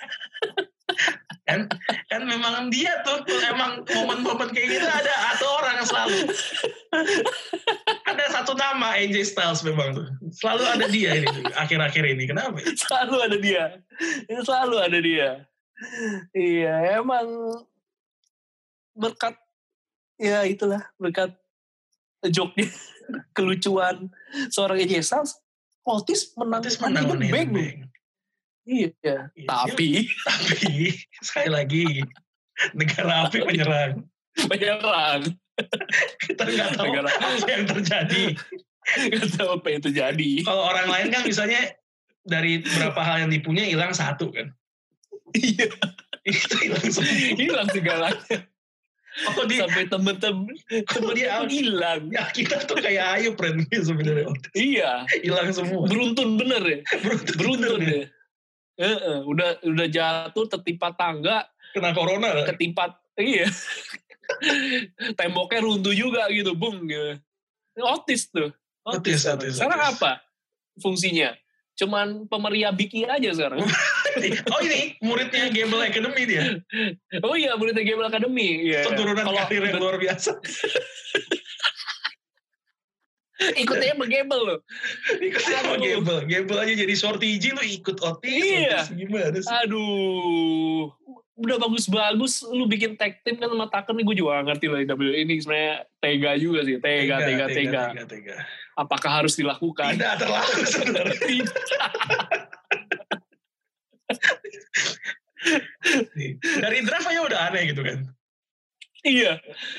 A: kan memang dia tuh emang momen-momen kayak gitu ada atau orang selalu ada satu nama AJ Styles memang tuh selalu ada dia ini akhir-akhir ini. Kenapa?
B: Selalu ada dia. Iya, emang berkat ya itulah, berkat joke-nya, kelucuan seorang AJ Styles, Otis menang Money in the Bank. Iya. Tapi
A: sekali lagi negara api menyerang. Kita nggak tahu apa yang terjadi. Kalau orang lain kan misalnya dari berapa hal yang dipunya hilang satu kan.
B: Iya.
A: Itu hilang segalanya.
B: Sampai temen-temen dia hilang.
A: Ya kita tuh kayak Ayu friendnya sebenarnya.
B: Iya.
A: Hilang semua.
B: Beruntun bener ya. Beruntun ya. Udah jatuh tertimpa tangga.
A: Kena corona.
B: Ketimpa. Iya. Temboknya runtuh juga gitu. Bung gitu. Otis tuh. Otis. Sekarang apa fungsinya? Cuman pemeriah Biki aja sekarang.
A: Oh ini muridnya Gable Academy dia.
B: Oh iya muridnya Gable Academy. Yeah.
A: Penurunan karir yang luar biasa.
B: Ikutnya sama Gable loh.
A: Ikutnya sama Gable. Gable aja jadi shorty G lu ikut Otis.
B: Iya.
A: Gimana sih?
B: Aduh. Udah bagus-bagus lu bikin tag team kan sama Tucker nih, gue juga gak ngerti lah WWE ini sebenarnya tega juga sih. Tega. Apakah harus dilakukan?
A: Tidak terlalu sebenarnya. Dari draft aja udah aneh gitu kan.
B: Iya.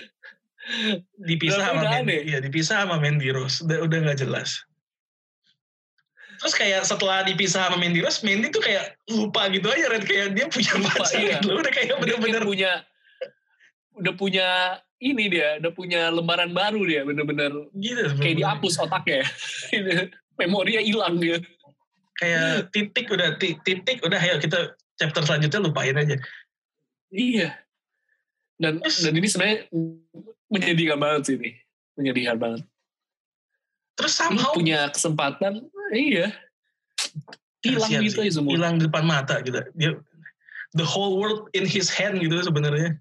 A: Dipisah sama Mandy Rose. Udah gak jelas. Terus kayak setelah dipisah sama Mandy Rose, Mandy tuh kayak lupa gitu aja, Red. Kayak dia punya pacar gitu. Udah kayak bener-bener
B: udah punya ini dia, udah punya lembaran baru dia, bener-bener gitu, kayak dihapus otaknya. Memorinya hilang dia.
A: Kayak titik udah ayo kita chapter selanjutnya lupain aja.
B: Iya. Dan ini sebenarnya menyedihkan banget sih ini. Menyedihkan banget.
A: Terus somehow
B: punya kesempatan, iya. Hilang gitu aja semua.
A: Hilang di depan mata gitu. Dia the whole world in his hand gitu sebenarnya.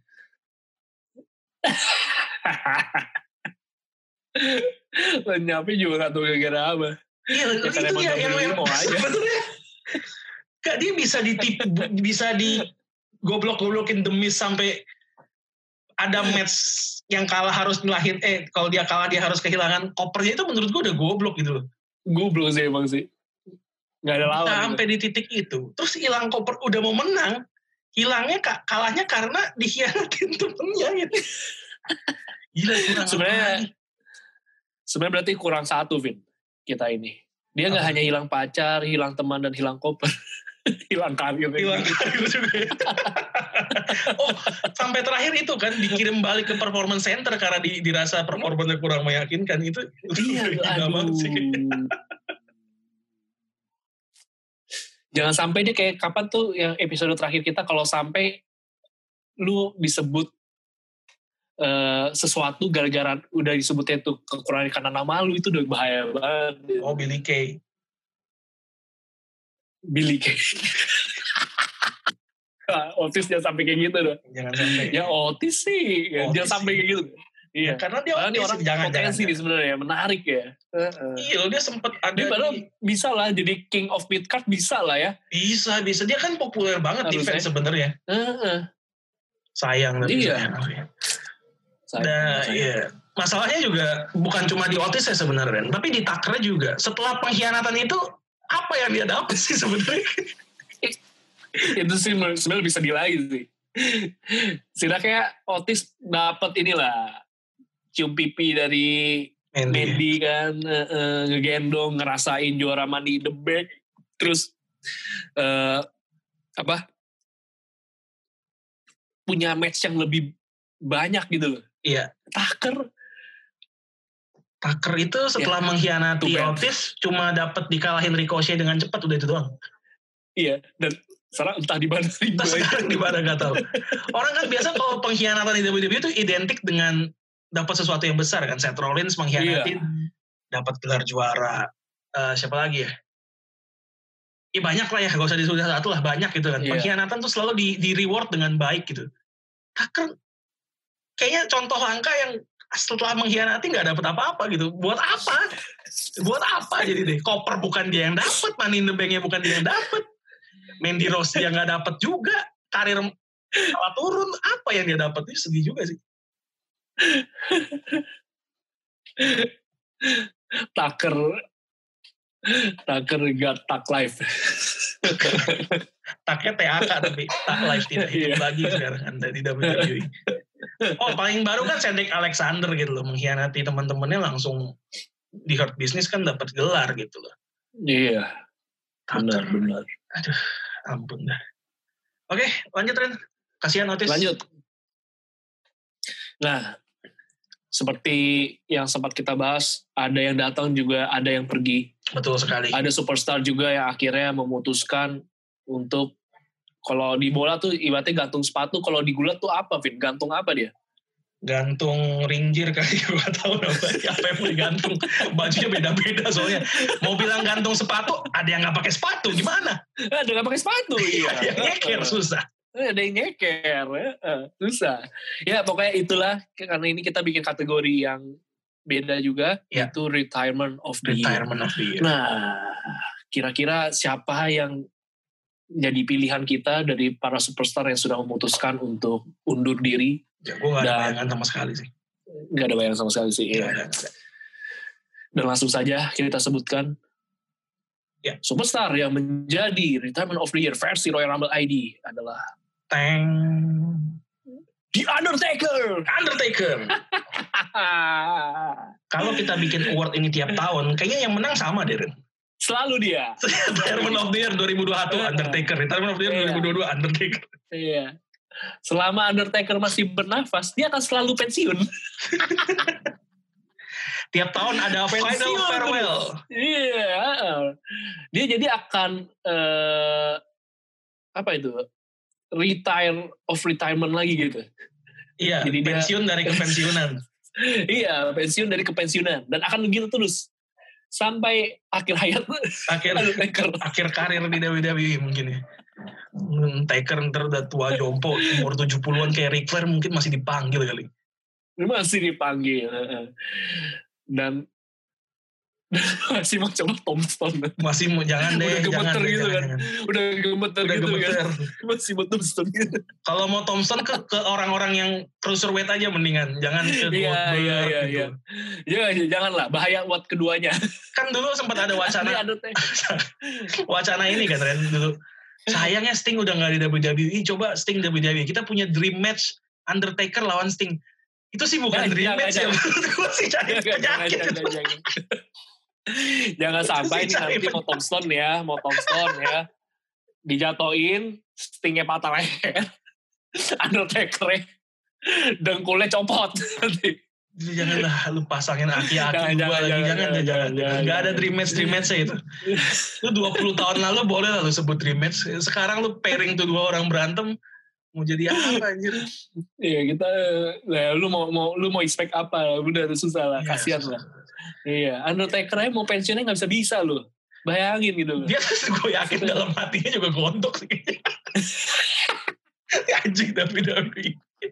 B: Lenyapnya juga gak tahu gara-gara apa.
A: Iya, itu ya yang mau aja. Sebenarnya gak, dia bisa di goblok-goblokin The Miz sampai ada match yang kalah harus ngelahin, kalau dia kalah dia harus kehilangan kopernya, itu menurut gue udah goblok gitu loh.
B: Goblok sih emang sih. Gak ada lawan.
A: Sampai di titik itu. Terus hilang koper, udah mau menang. Hilangnya kalahnya karena dikhianatin temennya gitu. Gila, kurang
B: sebenarnya berarti kurang satu, Vin, kita ini. Dia nggak hanya hilang pacar, hilang teman, dan hilang koper. Hilang karir.
A: Hilang karir juga. Oh, sampai terakhir itu kan dikirim balik ke performance center karena dirasa performanya kurang meyakinkan. Itu
B: iya, aduh. Jangan sampai dia kayak kapan tuh yang episode terakhir kita, kalau sampai lu disebut sesuatu gara-gara udah disebutnya tuh kekurangan karena nama lu, itu udah bahaya banget.
A: Oh, Billy Kay.
B: Otis jangan sampai kayak gitu dong.
A: Jangan sampai.
B: Ya Otis sih, jangan sampai kayak gitu. Iya,
A: karena dia
B: orang potensi nih sebenarnya, menarik ya.
A: Iya, dia sempat ada.
B: Dia padahal bisa lah jadi king of mid card, bisa lah ya.
A: Bisa. Dia kan populer banget di fans sebenarnya. Sayang tapi
B: iya.
A: Iya. Masalahnya juga bukan cuma di Otis ya sebenarnya, tapi di Tucker juga. Setelah pengkhianatan itu, apa yang dia dapat sih sebenarnya?
B: Itu sih sebenarnya bisa dilagi sih. Setidaknya Otis dapat inilah, cium pipi dari Mandy kan, ngegendong, ngerasain juara Money in the Bank, terus punya match yang lebih banyak gitu loh.
A: Iya. Tucker itu setelah mengkhianati Otis cuma dapat dikalahin Ricochet dengan cepat, udah itu doang.
B: Iya, dan sekarang entah di mana.
A: Sekarang di mana nggak tahu. Orang kan biasa kalau pengkhianatan di WWE itu identik dengan dapat sesuatu yang besar kan. Seth Rollins mengkhianatin, dapat gelar juara. Siapa lagi ya? Ya banyak lah ya, gak usah disebut satu lah, banyak gitu kan. Pengkhianatan tuh selalu di reward dengan baik gitu. Tucker kayaknya contoh langka yang setelah mengkhianati nggak dapat apa-apa gitu. Buat apa jadi deh? Koper bukan dia yang dapat, Money in the Bank-nya bukan dia yang dapat. Mandy Rose dia nggak dapat juga, karir malah turun, apa yang dia dapat? Itu sedih juga sih.
B: Tucker got Tuck Life.
A: Taknya TAK tapi Tuck Life tidak hidup lagi sekarang Anda di WWE. Oh, paling baru kan Cedric Alexander gitu loh, mengkhianati teman-temannya langsung di Hurt Business kan dapat gelar gitu loh.
B: Iya. Benar.
A: Aduh, ampun dah. Oke, lanjut Ren. Kasihan Otis.
B: Lanjut. Nah, seperti yang sempat kita bahas, ada yang datang juga, ada yang pergi.
A: Betul sekali.
B: Ada superstar juga yang akhirnya memutuskan untuk, kalau di bola tuh ibaratnya gantung sepatu, kalau di gulat tuh apa, Vin? Gantung apa dia?
A: Gantung ringgir kali, gue gak tahu namanya apa yang mau digantung. Bajunya beda-beda soalnya. Mau bilang gantung sepatu, ada yang gak pakai sepatu, gimana?
B: Ada yang gak pakai sepatu, iya.
A: Ada yang nyeker, susah.
B: Ada yang nyeker, susah. Ya pokoknya itulah, karena ini kita bikin kategori yang beda juga, itu Retirement of the Year. Nah, kira-kira siapa yang jadi pilihan kita dari para superstar yang sudah memutuskan untuk undur diri?
A: Ya, gue gak ada bayangan sama sekali sih.
B: Gak ada bayangan sama sekali sih. Iya. Dan langsung saja kita sebutkan superstar yang menjadi Retirement of the Year versi Royal Rumble ID adalah The Undertaker.
A: Kalau kita bikin award ini tiap tahun, kayaknya yang menang sama deh, Ren.
B: Selalu dia.
A: Retirement of the Year 2021 Undertaker. Retirement of the Year 2022 Undertaker.
B: Iya. Selama Undertaker masih bernafas, dia akan selalu pensiun.
A: Tiap tahun ada final farewell.
B: Iya. Dia jadi akan retirement lagi gitu.
A: Iya, jadi pensiun dari kepensiunan.
B: Iya, pensiun dari kepensiunan. Dan akan begitu terus. Sampai akhir hayat.
A: Akhir karir di WWE mungkin ya. Taker ntar udah tua jompo, umur 70-an kayak Ric Flair mungkin masih dipanggil kali.
B: Masih dipanggil. Dan Masih mau coba Tombstone.
A: Masih mau, jangan deh.
B: Udah gemeter
A: jangan,
B: gitu
A: jangan,
B: kan.
A: jangan.
B: Udah gemeter gitu kan. Masih mau Tombstone gitu.
A: Kalau mau Tombstone ke orang-orang yang cruiserweight aja mendingan. Jangan ke Goldberg gitu.
B: Janganlah, bahaya buat keduanya.
A: Kan dulu sempat ada wacana ini kan Ren dulu. Sayangnya Sting udah gak di WWE, coba Sting WWE. Kita punya dream match Undertaker lawan Sting. Itu sih bukan dream match ya. Gue sih cari penyakit.
B: Jangan sampai nih nanti mau Tombstone ya. Dijatoin, Stingnya patah leher. Undertaker dengkulnya copot nanti.
A: Janganlah lu pasangin aki-aki gue lagi. Jangan. Gak ada dream match-nya itu. Lu 20 tahun lalu boleh lah lu sebut dream match. Sekarang lu pairing tuh 2 orang berantem. Mau jadi apa anjir?
B: Iya kita, lu mau expect apa? Udah susah lah, kasihan lah. Iya, Undertaker aja mau pensiunnya nggak bisa lu. Bayangin gitu.
A: Dia gue yakin dalam hatinya juga gontok sih. Anjing WWE.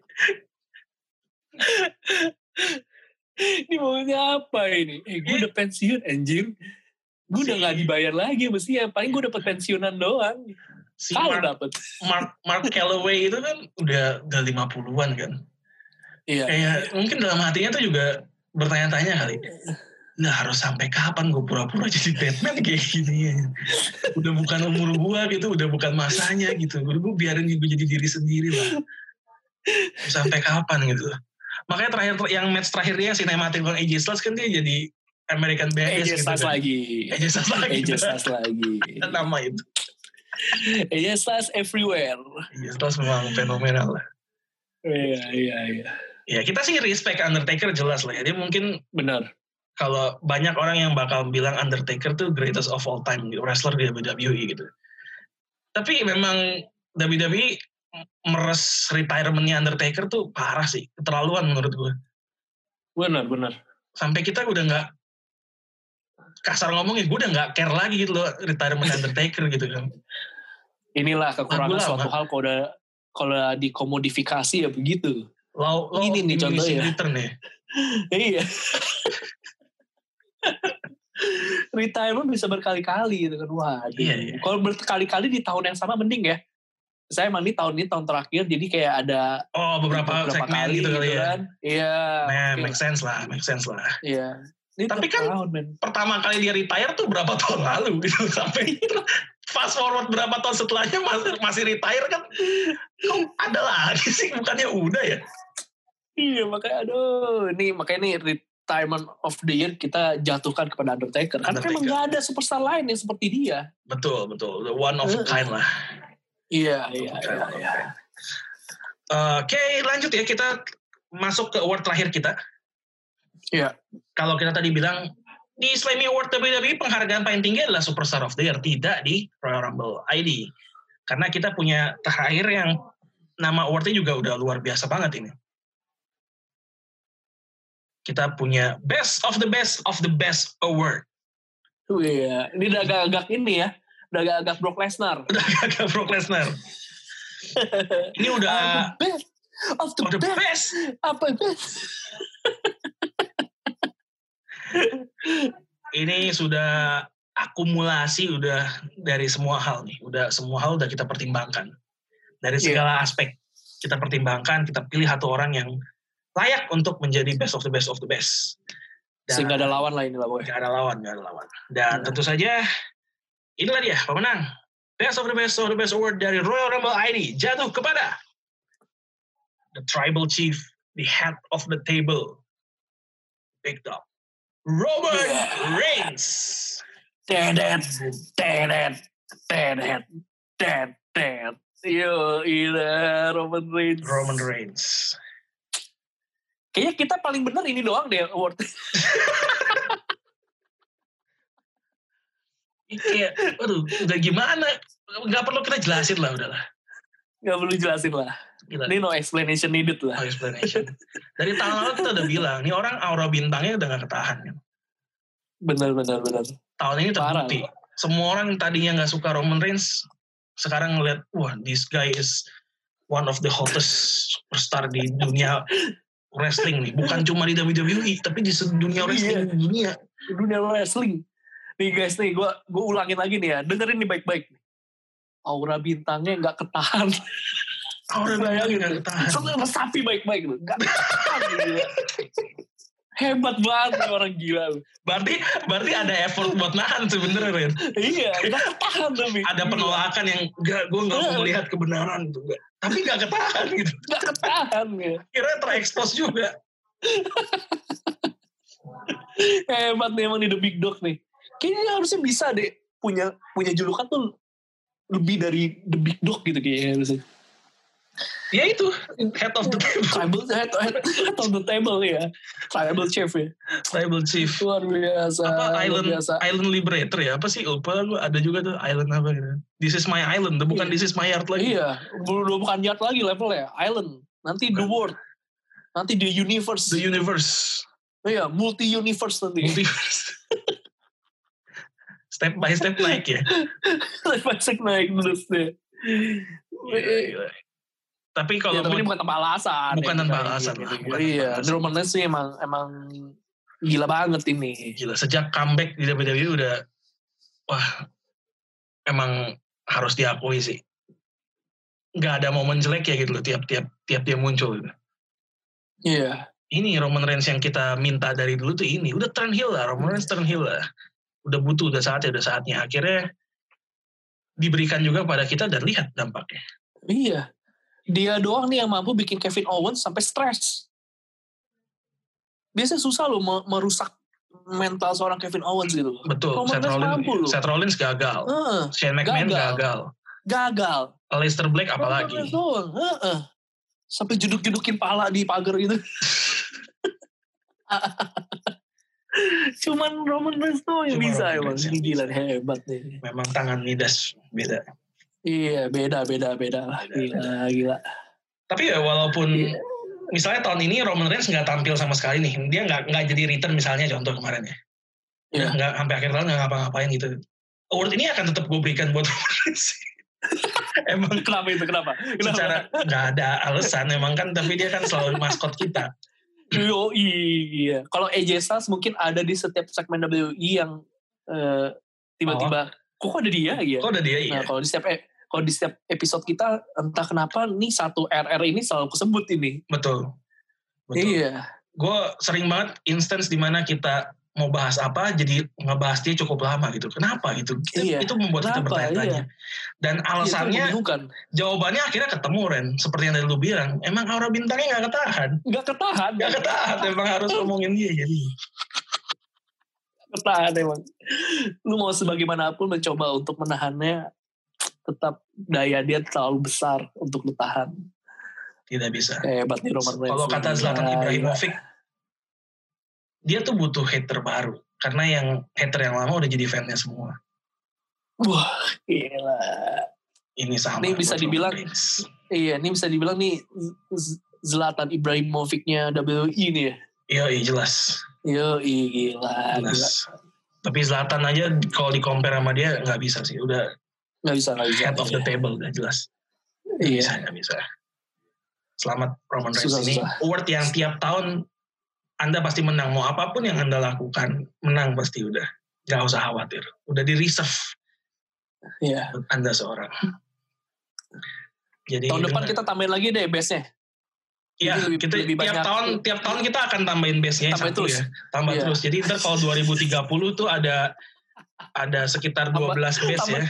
B: Ini maunya apa ini? Gue udah pensiun anjir. Gue udah gak dibayar lagi mestinya. Paling gue dapet pensiunan doang. Kalau dapet.
A: Mark Calloway itu kan udah 50-an kan.
B: Iya.
A: Kayak mungkin dalam hatinya tuh juga bertanya-tanya kali. Nah harus sampai kapan gue pura-pura jadi Batman kayak gini ya. Udah bukan umur gue gitu. Udah bukan masanya gitu. Gue biarin gue jadi diri sendiri lah. Sampai kapan gitu. Makanya terakhir yang match terakhirnya sinematik dengan AJ Styles kan dia jadi American Badass
B: gitu kan. AJ Styles lagi.
A: Nama itu.
B: AJ Styles everywhere.
A: AJ Styles memang fenomenal lah.
B: Iya.
A: Ya kita sih respect Undertaker jelas lah ya. Dia mungkin
B: benar.
A: Kalau banyak orang yang bakal bilang Undertaker tuh greatest of all time wrestler di WWE gitu. Tapi memang WWE meres retirement-nya Undertaker tuh parah sih. Keterlaluan menurut gue.
B: Benar.
A: Sampai kita udah gak, kasar ngomongnya, gue udah gak care lagi gitu loh retirement Undertaker gitu kan.
B: Inilah kekurangan suatu hal kalau dikomodifikasi ya begitu.
A: Ini nih contohnya.
B: Iya. Retirement bisa berkali-kali gitu kan. Waduh. Iya. Kalau berkali-kali di tahun yang sama mending ya. Saya emang tahun ini tahun terakhir jadi kayak ada
A: beberapa segmen kali gitu kali ya.
B: Kan. Iya.
A: Make sense lah.
B: Iya.
A: Tapi kan pertama kali dia retire tuh berapa tahun lalu gitu sampai fast forward berapa tahun setelahnya masih retire kan. Kok ada lagi sih bukannya udah ya?
B: Iya makanya makanya nih retirement of the year kita jatuhkan kepada Undertaker. Karena memang gak ada superstar lain yang seperti dia.
A: Betul. The one of a kind lah.
B: Iya.
A: Oke, lanjut ya. Kita masuk ke award terakhir kita.
B: Iya.
A: Kalau kita tadi bilang, di Slammy Award WWE penghargaan paling tinggi adalah Superstar of the Year. Tidak di Royal Rumble ID. Karena kita punya terakhir yang nama awardnya juga udah luar biasa banget ini. Kita punya Best of the Best of the Best Award.
B: Iya. Ini udah agak-agak ini ya. Udah agak-agak Brock Lesnar. Ini udah
A: best of the best.
B: Apa best?
A: Ini sudah akumulasi udah dari semua hal nih. Semua hal udah kita pertimbangkan. Dari segala aspek kita pertimbangkan, kita pilih satu orang yang layak untuk menjadi best of the best of the best.
B: Sehingga ada lawan lah ini lah boy.
A: Gak ada lawan. Dan tentu saja inilah dia pemenang Best of the Best Award dari Royal Rumble ID jatuh kepada the Tribal Chief, the head of the table, Big Dog, Roman Reigns.
B: Yo, Roman
A: Reigns.
B: Kayaknya kita paling benar ini doang deh award.
A: Kayak, udah gimana? Gak perlu kita jelasin lah, udahlah.
B: Gak perlu jelasin lah. Gila. Ini no explanation needed lah.
A: No explanation. Dari tahun lalu kita udah bilang, nih orang aura bintangnya udah gak ketahan. Kan?
B: Benar.
A: Tahun ini terbukti. Semua orang tadinya gak suka Roman Reigns, sekarang ngeliat, wah, this guy is one of the hottest superstar di dunia wrestling nih. Bukan cuma di WWE, tapi di dunia wrestling dunia.
B: dunia wrestling. Nih guys nih, gue ulangin lagi nih ya. Dengerin nih baik-baik. Aura bintangnya nggak ketahan.
A: Aura bintangnya nggak ketahan.
B: Setelah sapi baik-baik loh, nggak ketahan. Gila. Hebat banget orang gila.
A: Berarti ada effort buat nahan sebenarnya, Ren.
B: Iya, nggak ketahan tapi.
A: Ada penolakan yang gue nggak mau melihat kebenaran tuh, tapi nggak ketahan gitu.
B: Nggak ketahan ya.
A: Kira terekspos juga.
B: Hebat nih emang nih The Big Dog nih. Kayaknya harusnya bisa deh punya julukan tuh lebih dari The Big Dog gitu kayaknya harusnya.
A: Ya itu head of the table.
B: Head of the table ya. Tribal chief ya.
A: Tribal chief.
B: Luar biasa.
A: Apa Island Liberator ya? Apa sih? Lupa gue, ada juga tuh Island apa gitu. This is my island, bukan This is my yard lagi.
B: Iya, bukan yard lagi levelnya. Island. Nanti bukan. The world. Nanti the universe.
A: The universe.
B: Iya, multi-universe nanti.
A: Multiverse. Step by step naik ya.
B: Step by step naik terus deh.
A: Tapi kalau
B: ini bukan tanpa alasan.
A: Bukan tanpa alasan.
B: Iya, Roman Reigns sih emang gila banget ini.
A: Gila, sejak comeback di WWE udah, wah, emang harus diakui sih. Nggak ada momen jelek ya gitu loh, tiap dia muncul.
B: Iya.
A: Ini Roman Reigns yang kita minta dari dulu tuh ini. Udah turn heel lah, Roman Reigns turn heel lah. Udah butuh, udah saatnya. Akhirnya diberikan juga pada kita dan lihat dampaknya.
B: Iya. Dia doang nih yang mampu bikin Kevin Owens sampai stres. Biasanya susah loh merusak mental seorang Kevin Owens gitu.
A: Betul, Seth Rollins gagal. Shane McMahon gagal. Aleister Black apalagi.
B: Sampai jeduk-jedukin pala di pagar gitu. Cuman Roman Reigns tuh yang bisa emang. Gila, hebat nih.
A: Memang tangan Midas beda.
B: Iya, beda lah. Gila.
A: Tapi ya walaupun misalnya tahun ini Roman Reigns nggak tampil sama sekali nih, dia nggak jadi return misalnya contoh kemarin ya. Iya. Nggak sampai akhir tahun nggak ngapa-ngapain gitu. Award ini akan tetap gue berikan buat Roman Reigns. Emang
B: kenapa?
A: Secara nggak ada alasan emang kan, tapi dia kan selalu maskot kita.
B: Iya. Kalau AJ Styles mungkin ada di setiap segmen WWE yang tiba-tiba kok ada dia ya?
A: Kok ada dia
B: iya. Nah, kalau di setiap episode kita entah kenapa nih satu RR ini selalu kesebut ini.
A: Betul.
B: Iya.
A: Gue sering banget instance di mana kita mau bahas apa jadi ngebahas dia cukup lama gitu. Kenapa gitu? Itu membuat kita bertanya-tanya. Iya. Dan alasannya jawabannya akhirnya ketemu Ren. Seperti yang tadi lu bilang, emang aura bintangnya gak ketahan.
B: Gak ketahan.
A: Emang harus ngomongin dia jadi.
B: Ketahan emang. Lu mau sebagaimanapun mencoba untuk menahannya, tetap daya dia terlalu besar untuk lu tahan.
A: Tidak bisa.
B: Hebat nih Roman Reigns.
A: Kalau kata Zlatan Ibrahimovic, dia tuh butuh hater baru. Karena yang hater yang lama udah jadi fan-nya semua.
B: Wah, gila.
A: Ini sama.
B: Ini bisa dibilang, ini bisa dibilang nih Zlatan Ibrahimovic-nya WWE nih ya.
A: Iya, jelas.
B: Gila.
A: Tapi Zlatan aja kalau di-compare sama dia nggak bisa sih. Udah
B: nggak bisa.
A: Head of the table udah jelas. Nggak bisa. Selamat Roman Reigns ini. Award yang tiap tahun Anda pasti menang. Mau apapun yang Anda lakukan, menang pasti udah. Nggak usah khawatir. Udah di-reserve.
B: Iya.
A: Anda seorang. Jadi
B: tahun depan kita tambahin lagi deh base-nya.
A: Iya, kita tiap tahun kita akan tambahin base-nya satu ya. Tambah terus. Jadi ntar kalau 2030 tuh ada sekitar 12 base ya.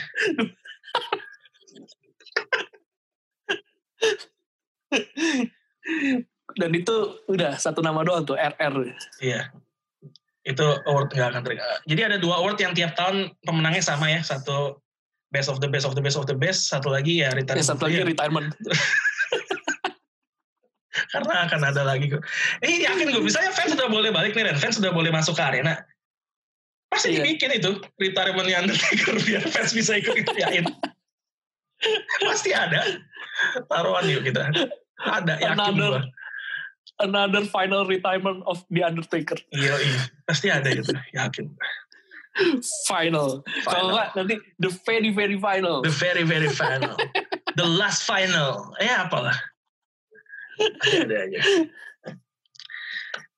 B: Dan itu udah satu nama doang tuh, RR.
A: Iya. Itu award nggak akan jadi ada 2 award yang tiap tahun pemenangnya sama ya. Satu best of the best. Satu lagi ya retirement.
B: Satu lagi retirement.
A: Karena akan ada lagi kok. Yakin gue, misalnya fans sudah boleh balik nih Ren. Fans sudah boleh masuk ke arena. Pasti dibikin itu retirement-nya Undertaker biar fans bisa ikut yakin. Pasti ada. Taruhan yuk kita. Ada, yakin gue.
B: Another final retirement of The Undertaker.
A: Iya. Pasti ada gitu, yakin.
B: Final. Kalau nggak nanti the very, very final.
A: The very, very final. The last final. Apalah. Ada aja.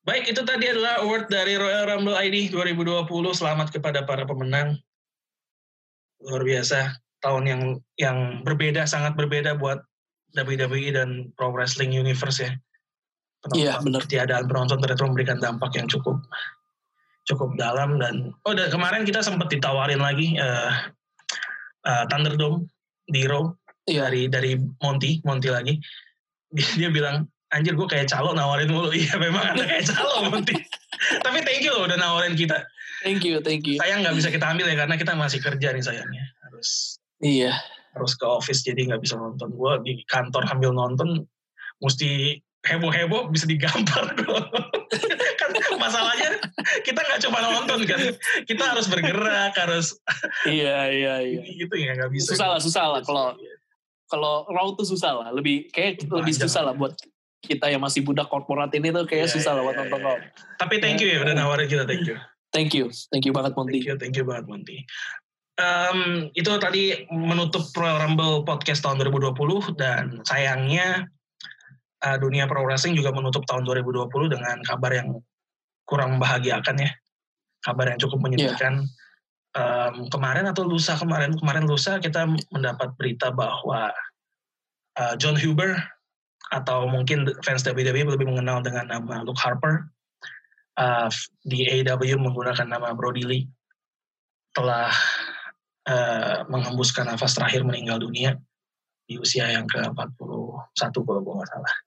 A: Baik, itu tadi adalah award dari Royal Rumble ID 2020. Selamat kepada para pemenang. Luar biasa. Tahun yang berbeda, sangat berbeda buat WWE dan Pro Wrestling Universe ya.
B: Iya, benar.
A: Ketiadaan penonton ternyata memberikan dampak yang cukup dalam. Dan kemarin kita sempat ditawarin lagi Thunderdome di Raw dari Monty lagi. Dia bilang, anjir gue kayak calo nawarin mulu. Iya memang ada kayak calo Monty. Tapi thank you loh udah nawarin kita.
B: Thank you.
A: Sayang nggak bisa kita ambil ya karena kita masih kerja nih sayangnya. Harus ke office jadi nggak bisa nonton. Gue di kantor sambil nonton mesti heboh-heboh bisa digampar gue. Kan masalahnya kita nggak cuma nonton kan, kita harus bergerak, harus
B: iya
A: gitu ya, nggak bisa.
B: Susah lah kalau Raw tuh susah lah, lebih susah lah buat kita yang masih budak korporat ini tuh kayak susah lah buat nonton Raw.
A: Tapi thank you ya udah nawarin kita, thank you
B: banget Monty.
A: Thank you banget Monty. Itu tadi menutup Royal Rumble podcast tahun 2020 dan sayangnya dunia pro wrestling juga menutup tahun 2020 dengan kabar yang kurang membahagiakan ya, kabar yang cukup menyedihkan. Kemarin lusa kita mendapat berita bahwa John Huber atau mungkin fans WWE lebih mengenal dengan nama Luke Harper di AEW menggunakan nama Brody Lee telah menghembuskan nafas terakhir meninggal dunia di usia yang ke-41 kalau gue nggak salah.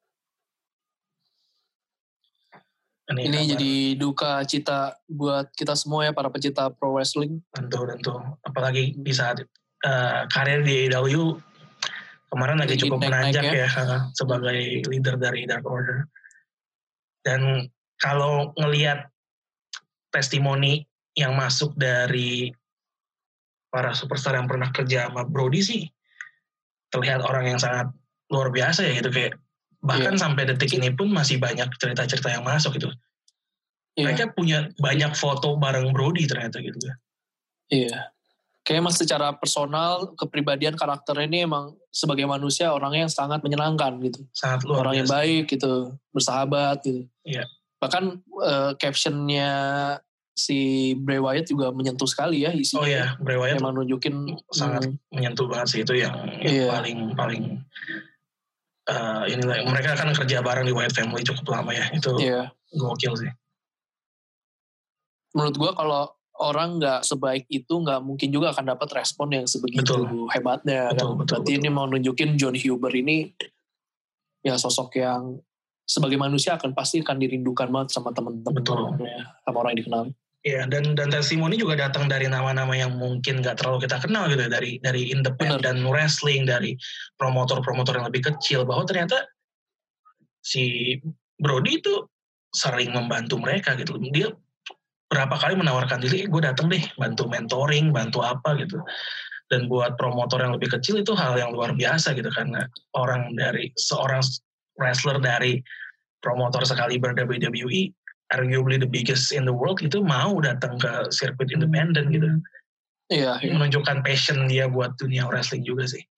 B: Ini jadi duka cita buat kita semua ya, para pecinta pro wrestling.
A: Tentu. Apalagi di saat karir di AEW kemarin lagi cukup menanjak ya sebagai leader dari Dark Order. Dan kalau ngelihat testimoni yang masuk dari para superstar yang pernah kerja sama Brody sih, terlihat orang yang sangat luar biasa ya gitu, kayak bahkan sampai detik ini pun masih banyak cerita-cerita yang masuk gitu. Mereka punya banyak foto bareng Brody ternyata gitu ya.
B: Iya. Kayak emang secara personal, kepribadian karakternya ini emang sebagai manusia orangnya yang sangat menyenangkan gitu.
A: Sangat luar biasa.
B: Orang yang baik gitu, bersahabat gitu.
A: Iya.
B: Bahkan captionnya si Bray Wyatt juga menyentuh sekali ya isinya.
A: Oh iya, Bray Wyatt
B: emang nunjukin
A: sangat menyentuh banget sih, itu yang paling inilah, mereka kan kerja bareng di Wyatt Family cukup lama ya, itu gokil sih.
B: Menurut gue kalau orang nggak sebaik itu nggak mungkin juga akan dapat respon yang sebegitu hebatnya. Betul. Berarti ini mau nunjukin John Huber ini ya sosok yang sebagai manusia pasti akan dirindukan banget sama teman-teman, sama orang yang dikenal.
A: Iya, dan testimoni juga datang dari nama-nama yang mungkin nggak terlalu kita kenal gitu, dari independent wrestling, dari promotor-promotor yang lebih kecil, bahwa ternyata si Brody itu sering membantu mereka gitu. Dia berapa kali menawarkan diri, gue datang deh bantu mentoring, bantu apa gitu. Dan buat promotor yang lebih kecil itu hal yang luar biasa gitu, karena seorang wrestler dari promotor sekaliber WWE, arguably the biggest in the world, itu mau datang ke sirkuit independen gitu.
B: Iya.
A: Menunjukkan passion dia buat dunia wrestling juga sih.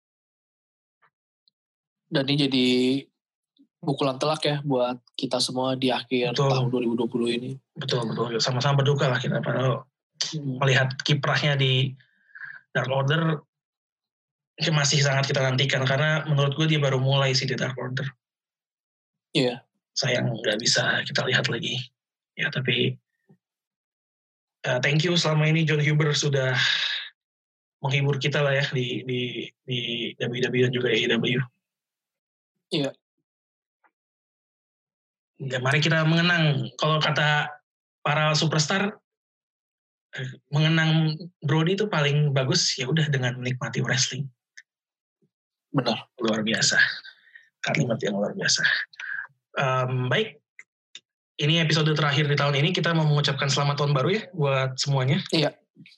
A: Dan
B: ini jadi pukulan telak ya buat kita semua di akhir tahun 2020 ini.
A: Betul. Sama-sama berduka lah kita padahal melihat kiprahnya di Dark Order masih sangat kita nantikan, karena menurut gue dia baru mulai sih di Dark Order.
B: Iya.
A: Sayang nggak bisa kita lihat lagi. Ya tapi thank you selama ini John Huber sudah menghibur kita lah ya di WWE dan juga AEW.
B: Iya.
A: Ya, mari kita mengenang, kalau kata para superstar, mengenang Brody itu paling bagus ya udah dengan menikmati wrestling.
B: Benar.
A: Luar biasa. Kalimat yang luar biasa. Baik, ini episode terakhir di tahun ini. Kita mau mengucapkan selamat tahun baru ya buat semuanya.
B: Iya.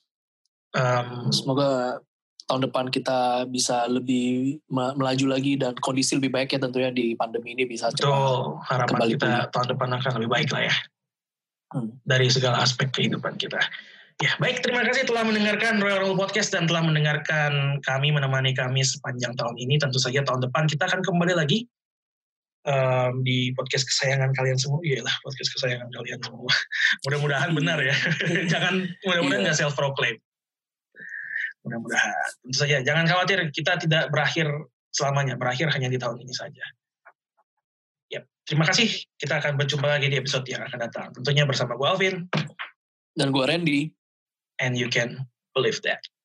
B: Semoga tahun depan kita bisa lebih melaju lagi dan kondisi lebih baik ya tentunya di pandemi ini bisa cepat.
A: Betul, harapan kita tahun depan akan lebih baik lah ya. Dari segala aspek kehidupan kita. Ya, baik, terima kasih telah mendengarkan Royal Rumble Podcast dan telah mendengarkan kami, menemani kami sepanjang tahun ini. Tentu saja tahun depan kita akan kembali lagi di podcast kesayangan kalian semua. Iyalah, podcast kesayangan kalian semua. Mudah-mudahan benar ya. Mudah-mudahan nggak self-proclaim. Mudah-mudahan. Tentu saja, jangan khawatir, kita tidak berakhir selamanya. Berakhir hanya di tahun ini saja. Yep. Terima kasih. Kita akan berjumpa lagi di episode yang akan datang. Tentunya bersama gue Alvin.
B: Dan gue Randy.
A: And you can believe that.